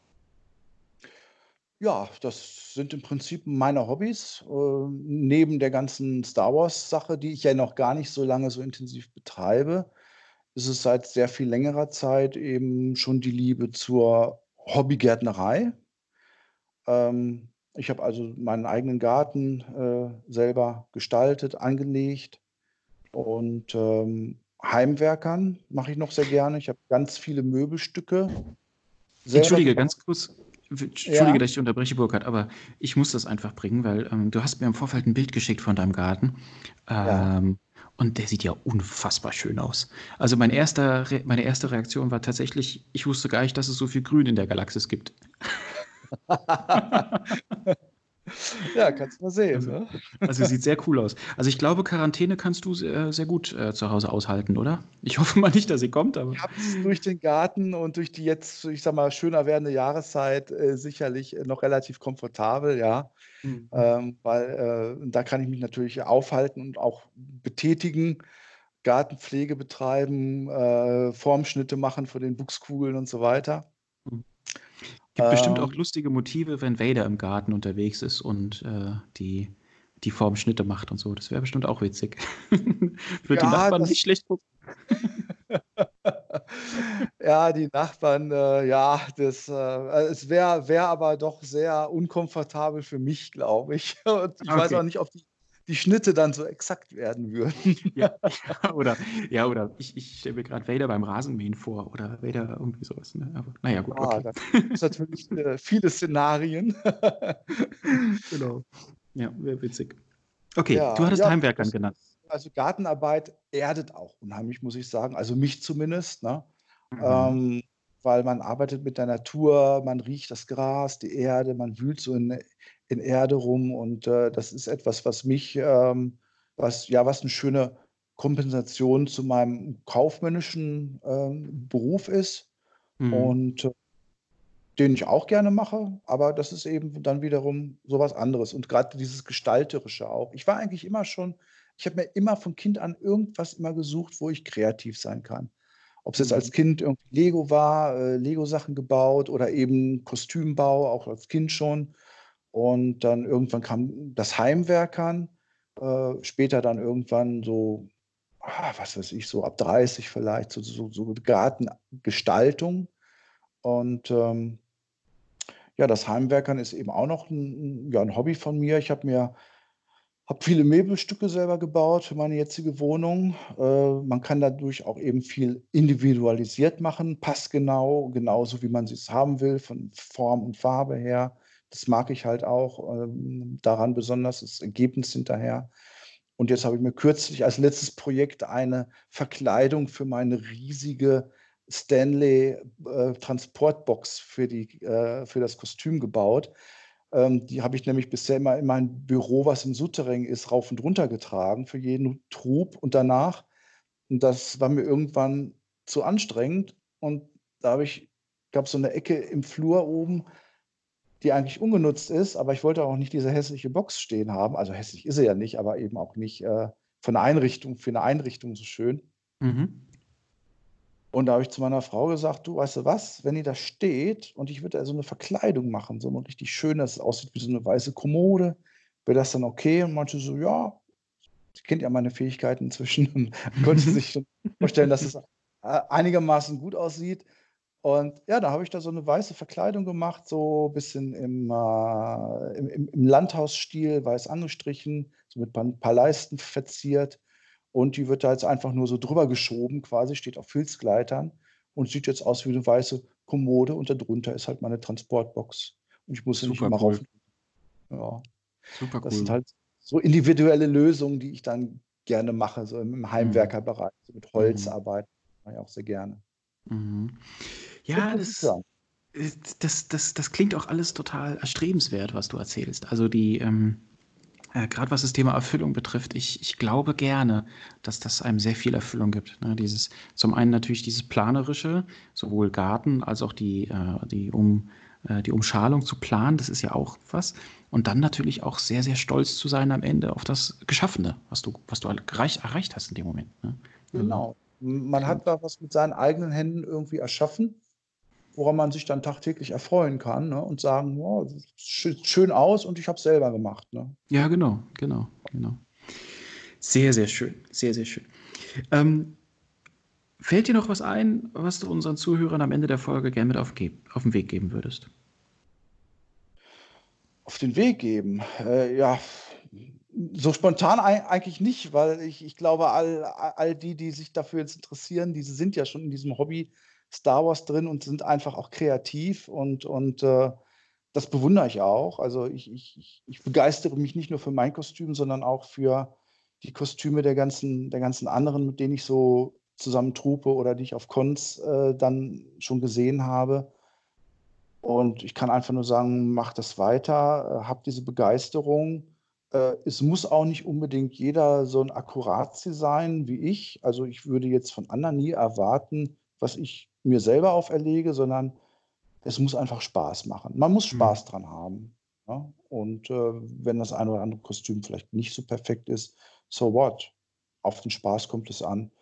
Ja, das sind im Prinzip meine Hobbys, neben der ganzen Star-Wars-Sache, die ich ja noch gar nicht so lange so intensiv betreibe, ist es seit sehr viel längerer Zeit eben schon die Liebe zur Hobbygärtnerei. Ich habe also meinen eigenen Garten, selber gestaltet, angelegt und, Heimwerkern mache ich noch sehr gerne. Ich habe ganz viele Möbelstücke selber Entschuldige, gebaut. ganz kurz. Entschuldige, Ja, dass ich unterbreche, Burkhard, aber ich muss das einfach bringen, weil du hast mir im Vorfeld ein Bild geschickt von deinem Garten. ja. Ähm, und der sieht ja unfassbar schön aus. Also meine erste Reaktion war tatsächlich, ich wusste gar nicht, dass es so viel Grün in der Galaxis gibt. Ja, kannst mal sehen, Also, ne? also sieht sehr cool aus. Also ich glaube, Quarantäne kannst du sehr gut zu Hause aushalten, oder? Ich hoffe mal nicht, dass sie kommt, aber. Ich habe es durch den Garten und durch die jetzt, ich sage mal, schöner werdende Jahreszeit, sicherlich, noch relativ komfortabel, ja. Mhm. Weil, da kann ich mich natürlich aufhalten und auch betätigen, Gartenpflege betreiben, Formschnitte machen von den Buchskugeln und so weiter. Gibt bestimmt auch Ähm, lustige Motive, wenn Vader im Garten unterwegs ist und die Form Schnitte macht und so. Das wäre bestimmt auch witzig. Würde die ja, Nachbarn nicht das schlecht gucken. ja, die Nachbarn, ja, es wäre aber doch sehr unkomfortabel für mich, glaube ich. Und ich weiß auch Okay. nicht, ob die Schnitte dann so exakt werden würden. Ja, oder ich stelle mir gerade Vader beim Rasenmähen vor oder Vader irgendwie sowas. Ne? Aber naja, gut, Ah, okay. da gibt's natürlich, viele Szenarien. Genau. Ja, wäre witzig. Okay, du Ja, hattest ja, Heimwerkern das genannt. also Gartenarbeit erdet auch unheimlich, muss ich sagen. Also mich zumindest, ne? Mhm. Ähm, weil man arbeitet mit der Natur, man riecht das Gras, die Erde, man wühlt so in Erde rum und, das ist etwas, was mich, was 'ne schöne Kompensation zu meinem kaufmännischen, Beruf ist Mhm. und, den ich auch gerne mache, aber das ist eben dann wiederum so was anderes und grad dieses Gestalterische auch. Ich habe mir immer von Kind an irgendwas immer gesucht, wo ich kreativ sein kann. Ob's jetzt als Mhm. Kind irgendwie Lego war, Lego-Sachen gebaut oder eben Kostümbau, auch als Kind schon. Und dann irgendwann kam das Heimwerkern, später dann irgendwann so, was weiß ich, so ab 30 vielleicht, so Gartengestaltung und, Ja, das Heimwerkern ist eben auch noch ja, ein Hobby von mir. Ich habe viele Möbelstücke selber gebaut für meine jetzige Wohnung. Man kann dadurch auch eben viel individualisiert machen, passgenau, genauso wie man es haben will, von Form und Farbe her. Das mag ich halt auch, daran besonders das Ergebnis hinterher. Und jetzt habe ich mir kürzlich als letztes Projekt eine Verkleidung für meine riesige Stanley Transportbox für das Kostüm gebaut. Die habe ich nämlich bisher immer in mein Büro, was im Souterrain ist, rauf und runter getragen für jeden Trub und danach. Und das war mir irgendwann zu anstrengend. Und da gab es so eine Ecke im Flur oben, die eigentlich ungenutzt ist, aber ich wollte auch nicht diese hässliche Box stehen haben. Also hässlich ist sie ja nicht, aber eben auch nicht von der Einrichtung, für eine Einrichtung so schön. Mhm. Und da habe ich zu meiner Frau gesagt, du, weißt du was, wenn die da steht und ich würde da so eine Verkleidung machen, so eine richtig schöne, dass es aussieht wie so eine weiße Kommode, wäre das dann okay? Und manche so, ja, sie kennt ja meine Fähigkeiten inzwischen und konnte sich schon vorstellen, dass es einigermaßen gut aussieht. Und ja, da habe ich da so eine weiße Verkleidung gemacht, so ein bisschen im Landhausstil, weiß angestrichen, so mit ein paar Leisten verziert. Und die wird da jetzt einfach nur so drüber geschoben, quasi, steht auf Filzgleitern und sieht jetzt aus wie eine weiße Kommode. Und darunter ist halt meine Transportbox. Und ich muss sie nicht Super immer cool. rauf. Ja, Super das sind cool. halt so individuelle Lösungen, die ich dann gerne mache, so im Mhm. Heimwerkerbereich, so mit Mhm. Holzarbeit, mache ich auch sehr gerne. Mhm. So Ja, muss ich sagen. das klingt auch alles total erstrebenswert, was du erzählst. Also gerade was das Thema Erfüllung betrifft, ich glaube gerne, dass das einem sehr viel Erfüllung gibt. Ne? Zum einen natürlich dieses Planerische, sowohl Garten als auch die Umschalung zu planen, das ist ja auch was. Und dann natürlich auch sehr, sehr stolz zu sein am Ende auf das Geschaffene, was du erreicht hast in dem Moment. Ne? Also, Genau. Man hat da was mit seinen eigenen Händen irgendwie erschaffen, woran man sich dann tagtäglich erfreuen kann, ne? Und sagen, wow, das sieht schön aus und ich habe es selber gemacht. Ne? ja, genau, genau, genau. Sehr, sehr schön, sehr, sehr schön. Ähm, Fällt dir noch was ein, was du unseren Zuhörern am Ende der Folge gerne mit auf den Weg geben würdest? Auf den Weg geben. Ja, so spontan eigentlich nicht, weil ich glaube, all die sich dafür jetzt interessieren, diese sind ja schon in diesem Hobby Star Wars drin und sind einfach auch kreativ und das bewundere ich auch. Also ich begeistere mich nicht nur für mein Kostüm, sondern auch für die Kostüme der ganzen anderen, mit denen ich so zusammen trupe oder die ich auf Cons dann schon gesehen habe. Und ich kann einfach nur sagen, mach das weiter, hab diese Begeisterung. Es muss auch nicht unbedingt jeder so ein Akkuratzi sein wie ich. Also ich würde jetzt von anderen nie erwarten, was ich mir selber auferlege, sondern es muss einfach Spaß machen. Man muss Mhm. Spaß dran haben. Ja? Und wenn das eine oder andere Kostüm vielleicht nicht so perfekt ist, so what? Auf den Spaß kommt es an,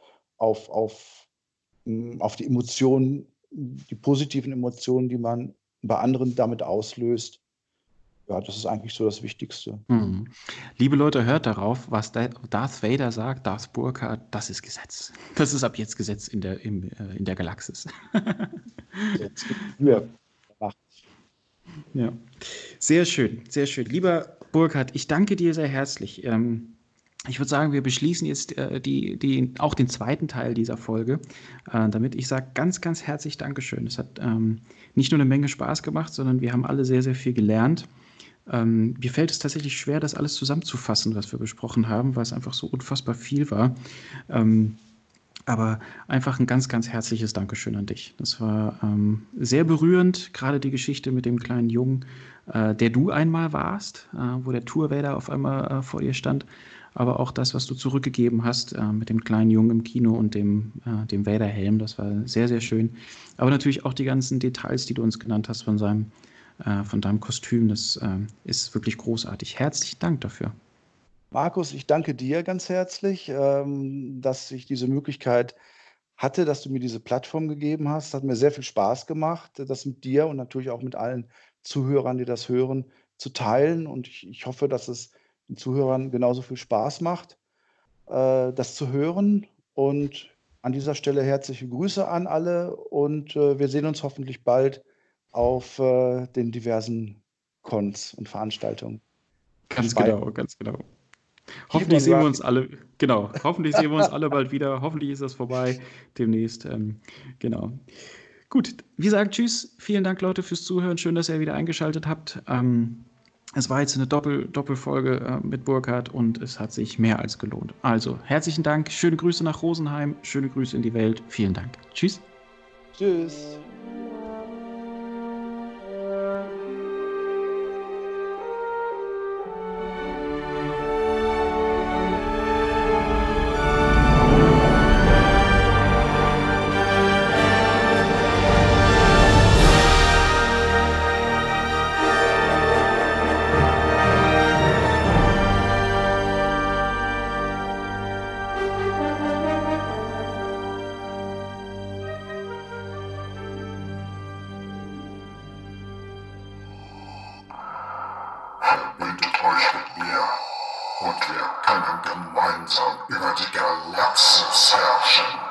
auf die Emotionen, die positiven Emotionen, die man bei anderen damit auslöst. Ja, das ist eigentlich so das Wichtigste. Mhm. Liebe Leute, hört darauf, was Darth Vader sagt, Darth Burkhardt, das ist Gesetz. Das ist ab jetzt Gesetz in der Galaxis. So, jetzt gibt es hier. Ja. Sehr schön, sehr schön. Lieber Burkhard, ich danke dir sehr herzlich. Ich würde sagen, wir beschließen jetzt auch den zweiten Teil dieser Folge, damit ich sage ganz, ganz herzlich Dankeschön. Es hat nicht nur eine Menge Spaß gemacht, sondern wir haben alle sehr, sehr viel gelernt. Mir fällt es tatsächlich schwer, das alles zusammenzufassen, was wir besprochen haben, weil es einfach so unfassbar viel war. Ähm, aber einfach ein ganz, ganz herzliches Dankeschön an dich. Das war sehr berührend, gerade die Geschichte mit dem kleinen Jungen, der du einmal warst, wo der Tour-Vader auf einmal vor dir stand. Aber auch das, was du zurückgegeben hast mit dem kleinen Jungen im Kino und dem Vader-Helm, das war sehr, sehr schön. Aber natürlich auch die ganzen Details, die du uns genannt hast von deinem Kostüm, das ist wirklich großartig. Herzlichen Dank dafür. Markus, ich danke dir ganz herzlich, dass ich diese Möglichkeit hatte, dass du mir diese Plattform gegeben hast. Hat mir sehr viel Spaß gemacht, das mit dir und natürlich auch mit allen Zuhörern, die das hören, zu teilen. Und ich hoffe, dass es den Zuhörern genauso viel Spaß macht, das zu hören. Und an dieser Stelle herzliche Grüße an alle und wir sehen uns hoffentlich bald auf den diversen Cons und Veranstaltungen. Ganz genau. Hoffentlich sehen wir uns alle, hoffentlich sehen wir uns alle bald wieder. Hoffentlich ist das vorbei demnächst. Genau. Gut, wir sagen Tschüss. Vielen Dank, Leute, fürs Zuhören. Schön, dass ihr wieder eingeschaltet habt. Es war jetzt eine Doppelfolge mit Burkhard und es hat sich mehr als gelohnt. Also, herzlichen Dank. Schöne Grüße nach Rosenheim. Schöne Grüße in die Welt. Vielen Dank. Tschüss. Tschüss. Verbündet euch mit mir und wir können gemeinsam über die Galaxis herrschen.